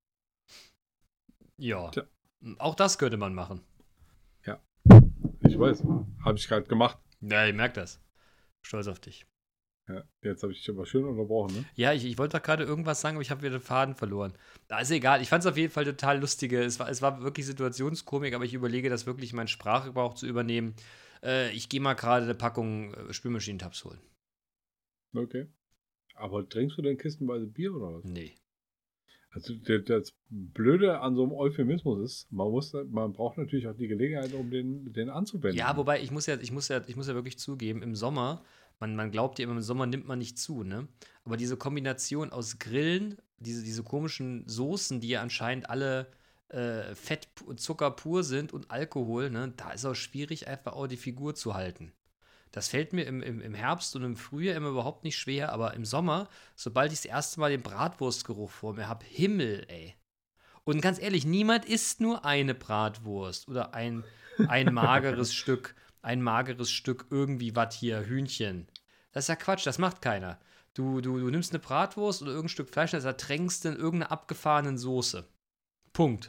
Ja. Tja. Auch das könnte man machen. Ja. Ich weiß. Habe ich gerade gemacht. Ja, ich merke das. Stolz auf dich. Ja, jetzt habe ich dich aber schön unterbrochen, ne? Ja, ich, ich wollte doch gerade irgendwas sagen, aber ich habe wieder den Faden verloren. Da ist egal. Ich fand es auf jeden Fall total lustige. Es war, es war wirklich Situationskomik, aber ich überlege, das wirklich meinen Sprachgebrauch zu übernehmen. Äh, ich gehe mal gerade eine Packung äh, Spülmaschinentabs holen. Okay. Aber trinkst du denn kistenweise Bier oder was? Nee. Also das, das Blöde an so einem Euphemismus ist, man muss, man braucht natürlich auch die Gelegenheit, um den, den anzuwenden. Ja, wobei ich muss ja, ich muss ja, ich muss ja wirklich zugeben, im Sommer, man, man glaubt ja immer, im Sommer nimmt man nicht zu, ne? Aber diese Kombination aus Grillen, diese, diese komischen Soßen, die ja anscheinend alle äh, Fett und Zucker pur sind und Alkohol, ne, da ist auch schwierig, einfach auch die Figur zu halten. Das fällt mir im, im, im Herbst und im Frühjahr immer überhaupt nicht schwer, aber im Sommer, sobald ich das erste Mal den Bratwurstgeruch vor mir habe, Himmel, ey. Und ganz ehrlich, niemand isst nur eine Bratwurst oder ein, ein mageres Stück, ein mageres Stück irgendwie was hier, Hühnchen. Das ist ja Quatsch, das macht keiner. Du, du, du nimmst eine Bratwurst oder irgendein Stück Fleisch und das ertränkst du in irgendeiner abgefahrenen Soße. Punkt.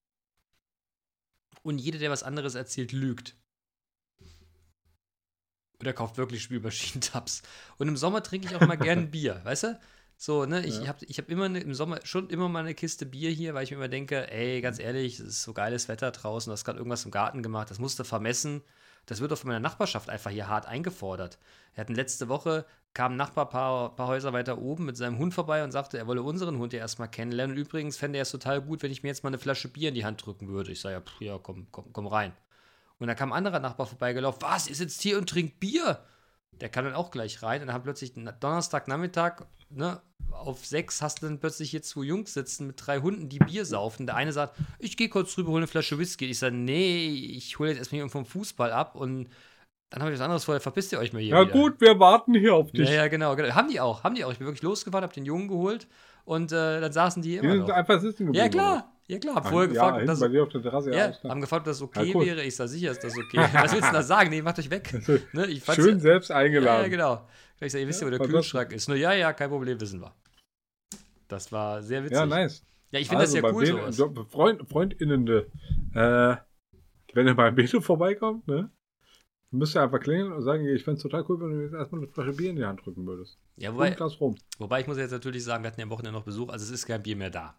Und jeder, der was anderes erzählt, lügt. Oder kauft wirklich Spülmaschinentabs. Und im Sommer trinke ich auch immer gerne Bier, weißt du? So, ne, ich Ja. habe ich hab immer ne, im Sommer schon immer mal eine Kiste Bier hier, weil ich mir immer denke, ey, ganz ehrlich, es ist so geiles Wetter draußen, du hast gerade irgendwas im Garten gemacht, das musst du vermessen. Das wird auch von meiner Nachbarschaft einfach hier hart eingefordert. Wir hatten letzte Woche, kam ein Nachbar ein paar, paar Häuser weiter oben mit seinem Hund vorbei und sagte, er wolle unseren Hund ja erstmal kennenlernen. Und übrigens fände er es total gut, wenn ich mir jetzt mal eine Flasche Bier in die Hand drücken würde. Ich sage, ja, pff, ja, komm, komm, komm rein. Und dann kam ein anderer Nachbar vorbeigelaufen, was, ihr sitzt hier und trinkt Bier? Der kam dann auch gleich rein und dann hat plötzlich Donnerstagnachmittag, ne, auf sechs hast du dann plötzlich hier zwei Jungs sitzen mit drei Hunden, die Bier saufen. Der eine sagt, ich gehe kurz rüber, hole eine Flasche Whisky. Ich sage, nee, ich hole jetzt erstmal jemanden vom Fußball ab und dann habe ich was anderes vorher, verpisst ihr euch mal hier Ja wieder. gut, wir warten hier auf dich. Ja, ja, genau, genau. Haben die auch, haben die auch. Ich bin wirklich losgefahren, habe den Jungen geholt und äh, dann saßen die Die immer sind noch. einfach sitzen geblieben. Ja, klar. Ja, klar. Hab Ach, vorher ja, gefragt, ob hinten das, bei dir auf der Terrasse. ja, Ja, alles klar. haben gefragt, ob das okay Ja, cool. wäre. Ich sag, sicher ist das okay. Was willst du da sagen? Nee, macht euch weg. Ne, ich fand's Schön ja, selbst ja, eingeladen. ja, genau. Ich sag, ihr wisst ja, Ja, wo der fantastisch. Kühlschrank ist. Nur, ja, ja, kein Problem, wissen wir. Das war sehr witzig. Ja, nice. Ja, ich finde Also, das ja bei cool, Bene- sowas. so, Freund, FreundInnen, äh, wenn ihr bei Bene vorbeikommt, ne, müsst ihr einfach klingeln und sagen, ich fände es total cool, wenn du mir jetzt erstmal eine Flasche Bier in die Hand drücken würdest. Ja, Und wobei, ein Glas rum. wobei ich muss jetzt natürlich sagen, wir hatten ja am Wochenende noch Besuch, also es ist kein Bier mehr da.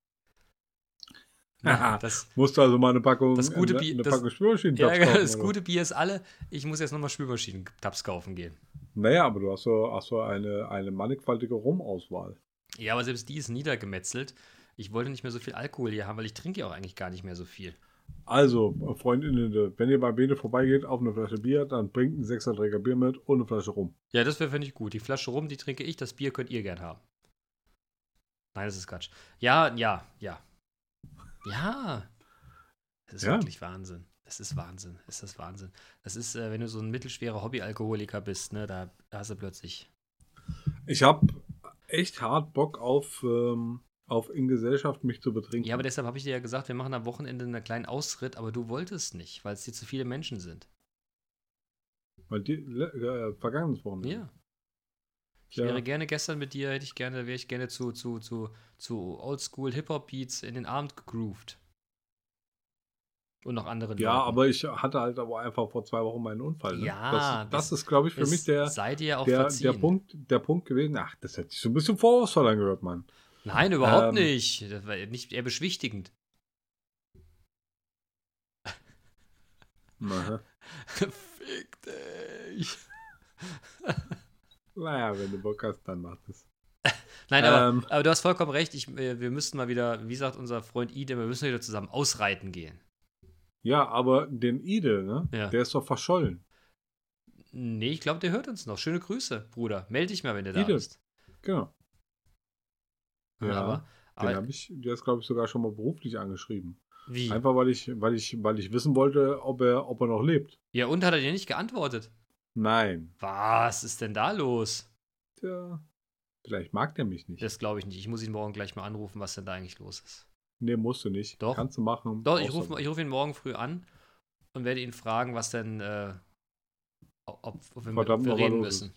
Haha. das, Musst du also mal eine Packung, Das gute eine, Bier- eine das- Packung Spülmaschinen ja, kaufen, das oder? gute Bier ist alle. Ich muss jetzt nochmal Spülmaschinen-Tabs kaufen gehen. Naja, aber du hast so, hast so eine, eine mannigfaltige Rumauswahl. Ja, aber selbst die ist niedergemetzelt. Ich wollte nicht mehr so viel Alkohol hier haben, weil ich trinke ja auch eigentlich gar nicht mehr so viel. Also, FreundInnen, wenn ihr bei Bene vorbeigeht auf eine Flasche Bier, dann bringt ein Sechserträger Bier mit und eine Flasche rum. Ja, das wäre, finde ich, gut. Die Flasche rum, die trinke ich, das Bier könnt ihr gern haben. Nein, das ist Quatsch. Ja, ja, ja. Ja. Es ist Ja. wirklich Wahnsinn. Es ist Wahnsinn. Es ist Wahnsinn. Das ist, äh, wenn du so ein mittelschwerer Hobbyalkoholiker bist, ne, da hast du plötzlich. Ich habe echt hart Bock auf, ähm, auf in Gesellschaft mich zu betrinken. Ja, aber deshalb habe ich dir ja gesagt, wir machen am Wochenende einen kleinen Ausritt, aber du wolltest nicht, weil es dir zu viele Menschen sind. Weil die, äh, vergangenes Wochenende. Ja. Ich Ja. wäre gerne gestern mit dir, hätte ich gerne, wäre ich gerne zu, zu, zu, zu Oldschool Hip-Hop-Beats in den Abend gegroovt. Und noch andere Ja, Leuten. aber ich hatte halt aber einfach vor zwei Wochen meinen Unfall. Ne? Ja, das, das das- ist, glaube ich, für Es mich der, sei dir auch der, verziehen. der, Punkt, der Punkt gewesen. Ach, das hätte ich so ein bisschen vorwurfsvoll angehört, Mann. Nein, überhaupt Ähm. nicht. Das war nicht eher beschwichtigend. Aha. Fick dich. Naja, wenn du Bock hast, dann mach das. Nein, aber, Ähm. aber du hast vollkommen recht. Ich, äh, wir müssten mal wieder, wie sagt unser Freund Ide, wir müssen wieder zusammen ausreiten gehen. Ja, aber den Ide, ne? Ja. Der ist doch verschollen. Nee, ich glaube, der hört uns noch. Schöne Grüße, Bruder. Meld dich mal, wenn du da Ide. bist. Genau. Ja, aber den aber habe ich, der ist, glaube ich, sogar schon mal beruflich angeschrieben. wie? Einfach weil ich, weil ich, weil ich wissen wollte, ob er, ob er noch lebt. Ja, und hat er dir nicht geantwortet? Nein. Was ist denn da los? Tja, vielleicht mag der mich nicht. Das glaube ich nicht. Ich muss ihn morgen gleich mal anrufen, was denn da eigentlich los ist. Nee, musst du nicht. Doch. Kannst du machen. Doch, ich brauchst rufe du ich ruf ihn morgen früh an und werde ihn fragen, was denn, äh, ob, ob wir, Verdammt ob wir nochmal reden los müssen.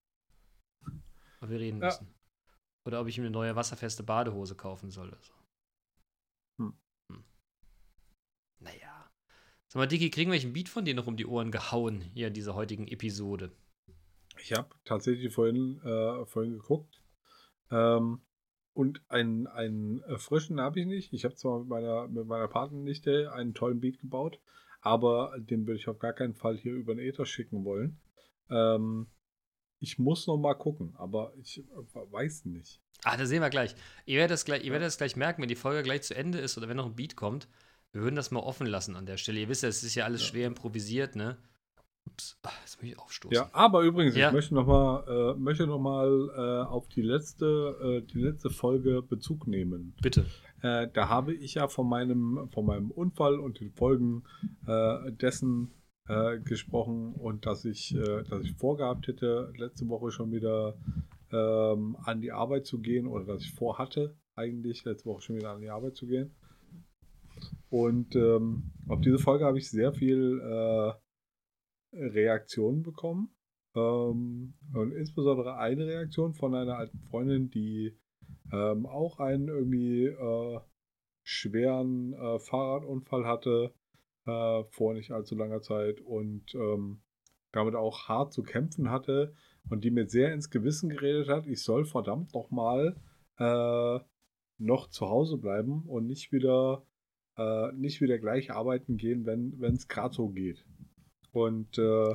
Ob wir reden Ja. müssen. Oder ob ich ihm eine neue wasserfeste Badehose kaufen soll. Oder so. Hm. Hm. Naja. Sag mal, Dicky, kriegen wir einen Beat von dir noch um die Ohren gehauen hier in dieser heutigen Episode? Ich habe tatsächlich vorhin, äh, vorhin geguckt. Ähm, und einen, einen äh, frischen habe ich nicht. Ich habe zwar mit meiner, mit meiner Patennichte einen tollen Beat gebaut, aber den würde ich auf gar keinen Fall hier über den Äther schicken wollen. Ähm, ich muss noch mal gucken, aber ich äh, weiß nicht. Ah, das sehen wir gleich. Ihr werdet das gleich, ihr Ja. werdet das gleich merken, wenn die Folge gleich zu Ende ist oder wenn noch ein Beat kommt. Wir würden das mal offen lassen an der Stelle. Ihr wisst ja, es ist ja alles Ja. schwer improvisiert, ne? Ups, ah, jetzt muss ich aufstoßen. Ja, aber übrigens, Ja. ich möchte noch mal, äh, möchte noch mal äh, auf die letzte, äh, die letzte Folge Bezug nehmen. Bitte. Äh, da habe ich ja von meinem, von meinem Unfall und den Folgen äh, dessen äh, gesprochen und dass ich, äh, dass ich vorgehabt hätte, letzte Woche schon wieder ähm, an die Arbeit zu gehen oder dass ich vorhatte, eigentlich letzte Woche schon wieder an die Arbeit zu gehen. Und ähm, auf diese Folge habe ich sehr viel äh, Reaktionen bekommen. Ähm, und insbesondere eine Reaktion von einer alten Freundin, die ähm, auch einen irgendwie äh, schweren äh, Fahrradunfall hatte äh, vor nicht allzu langer Zeit und ähm, damit auch hart zu kämpfen hatte und die mir sehr ins Gewissen geredet hat, ich soll verdammt noch mal äh, noch zu Hause bleiben und nicht wieder äh, nicht wieder gleich arbeiten gehen, wenn es gerade so geht. Und äh,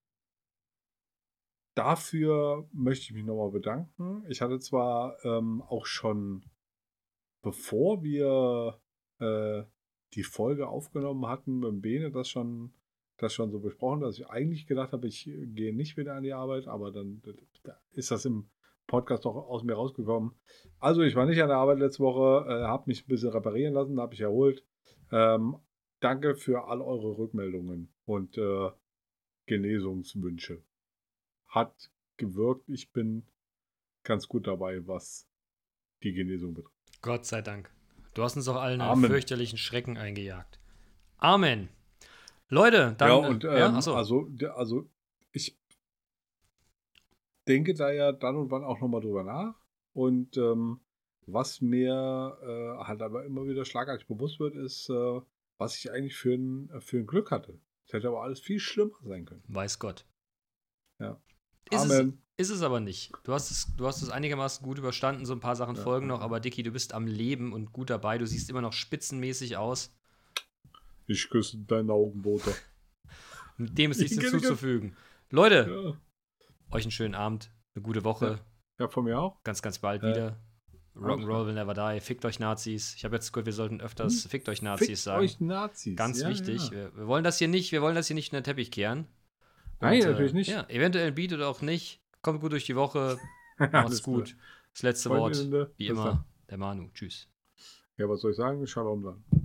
dafür möchte ich mich nochmal bedanken. Ich hatte zwar ähm, auch schon, bevor wir äh, die Folge aufgenommen hatten, mit dem Bene das schon, das schon so besprochen, dass ich eigentlich gedacht habe, ich gehe nicht wieder an die Arbeit, aber dann da ist das im Podcast doch aus mir rausgekommen. Also ich war nicht an der Arbeit letzte Woche, äh, habe mich ein bisschen reparieren lassen, habe ich erholt. Ähm, danke für all eure Rückmeldungen und äh, Genesungswünsche. Hat gewirkt. Ich bin ganz gut dabei, was die Genesung betrifft. Gott sei Dank. Du hast uns auch allen einen Amen. fürchterlichen Schrecken eingejagt. Amen. Leute, dann. ja, und ähm, ja, achso. also, der- also ich denke da ja dann und wann auch nochmal drüber nach. Und ähm, was mir äh, halt aber immer wieder schlagartig bewusst wird, ist, äh, was ich eigentlich für ein, für ein Glück hatte. Es hätte aber alles viel schlimmer sein können. Weiß Gott. Ja. Ist es, Amen. ist es aber nicht. Du hast es, du hast es einigermaßen gut überstanden, so ein paar Sachen Ja. folgen noch, aber Dicky, du bist am Leben und gut dabei. Du siehst immer noch spitzenmäßig aus. Ich küsse deine Augenbote. Dem ist nichts Ich- hinzuzufügen. Leute, Ja. euch einen schönen Abend, eine gute Woche. ja, von mir auch. Ganz, ganz bald Äh, wieder. Rock'n'Roll will never die. Fickt euch Nazis. Ich habe jetzt gehört, wir sollten öfters Hm? Fickt euch Nazis Fickt sagen. euch Nazis. Ganz ja, wichtig. Ja. Wir, wir wollen das hier nicht, wir wollen das hier nicht in den Teppich kehren. Nein, Und, natürlich äh, nicht. Ja, eventuell ein Beat oder auch nicht. Kommt gut durch die Woche. Macht's Alles gut. klar. Das letzte Freunde, Wort, Freunde, wie bis immer, dann. der Manu. Tschüss. Ja, was soll ich sagen? Shalom dann.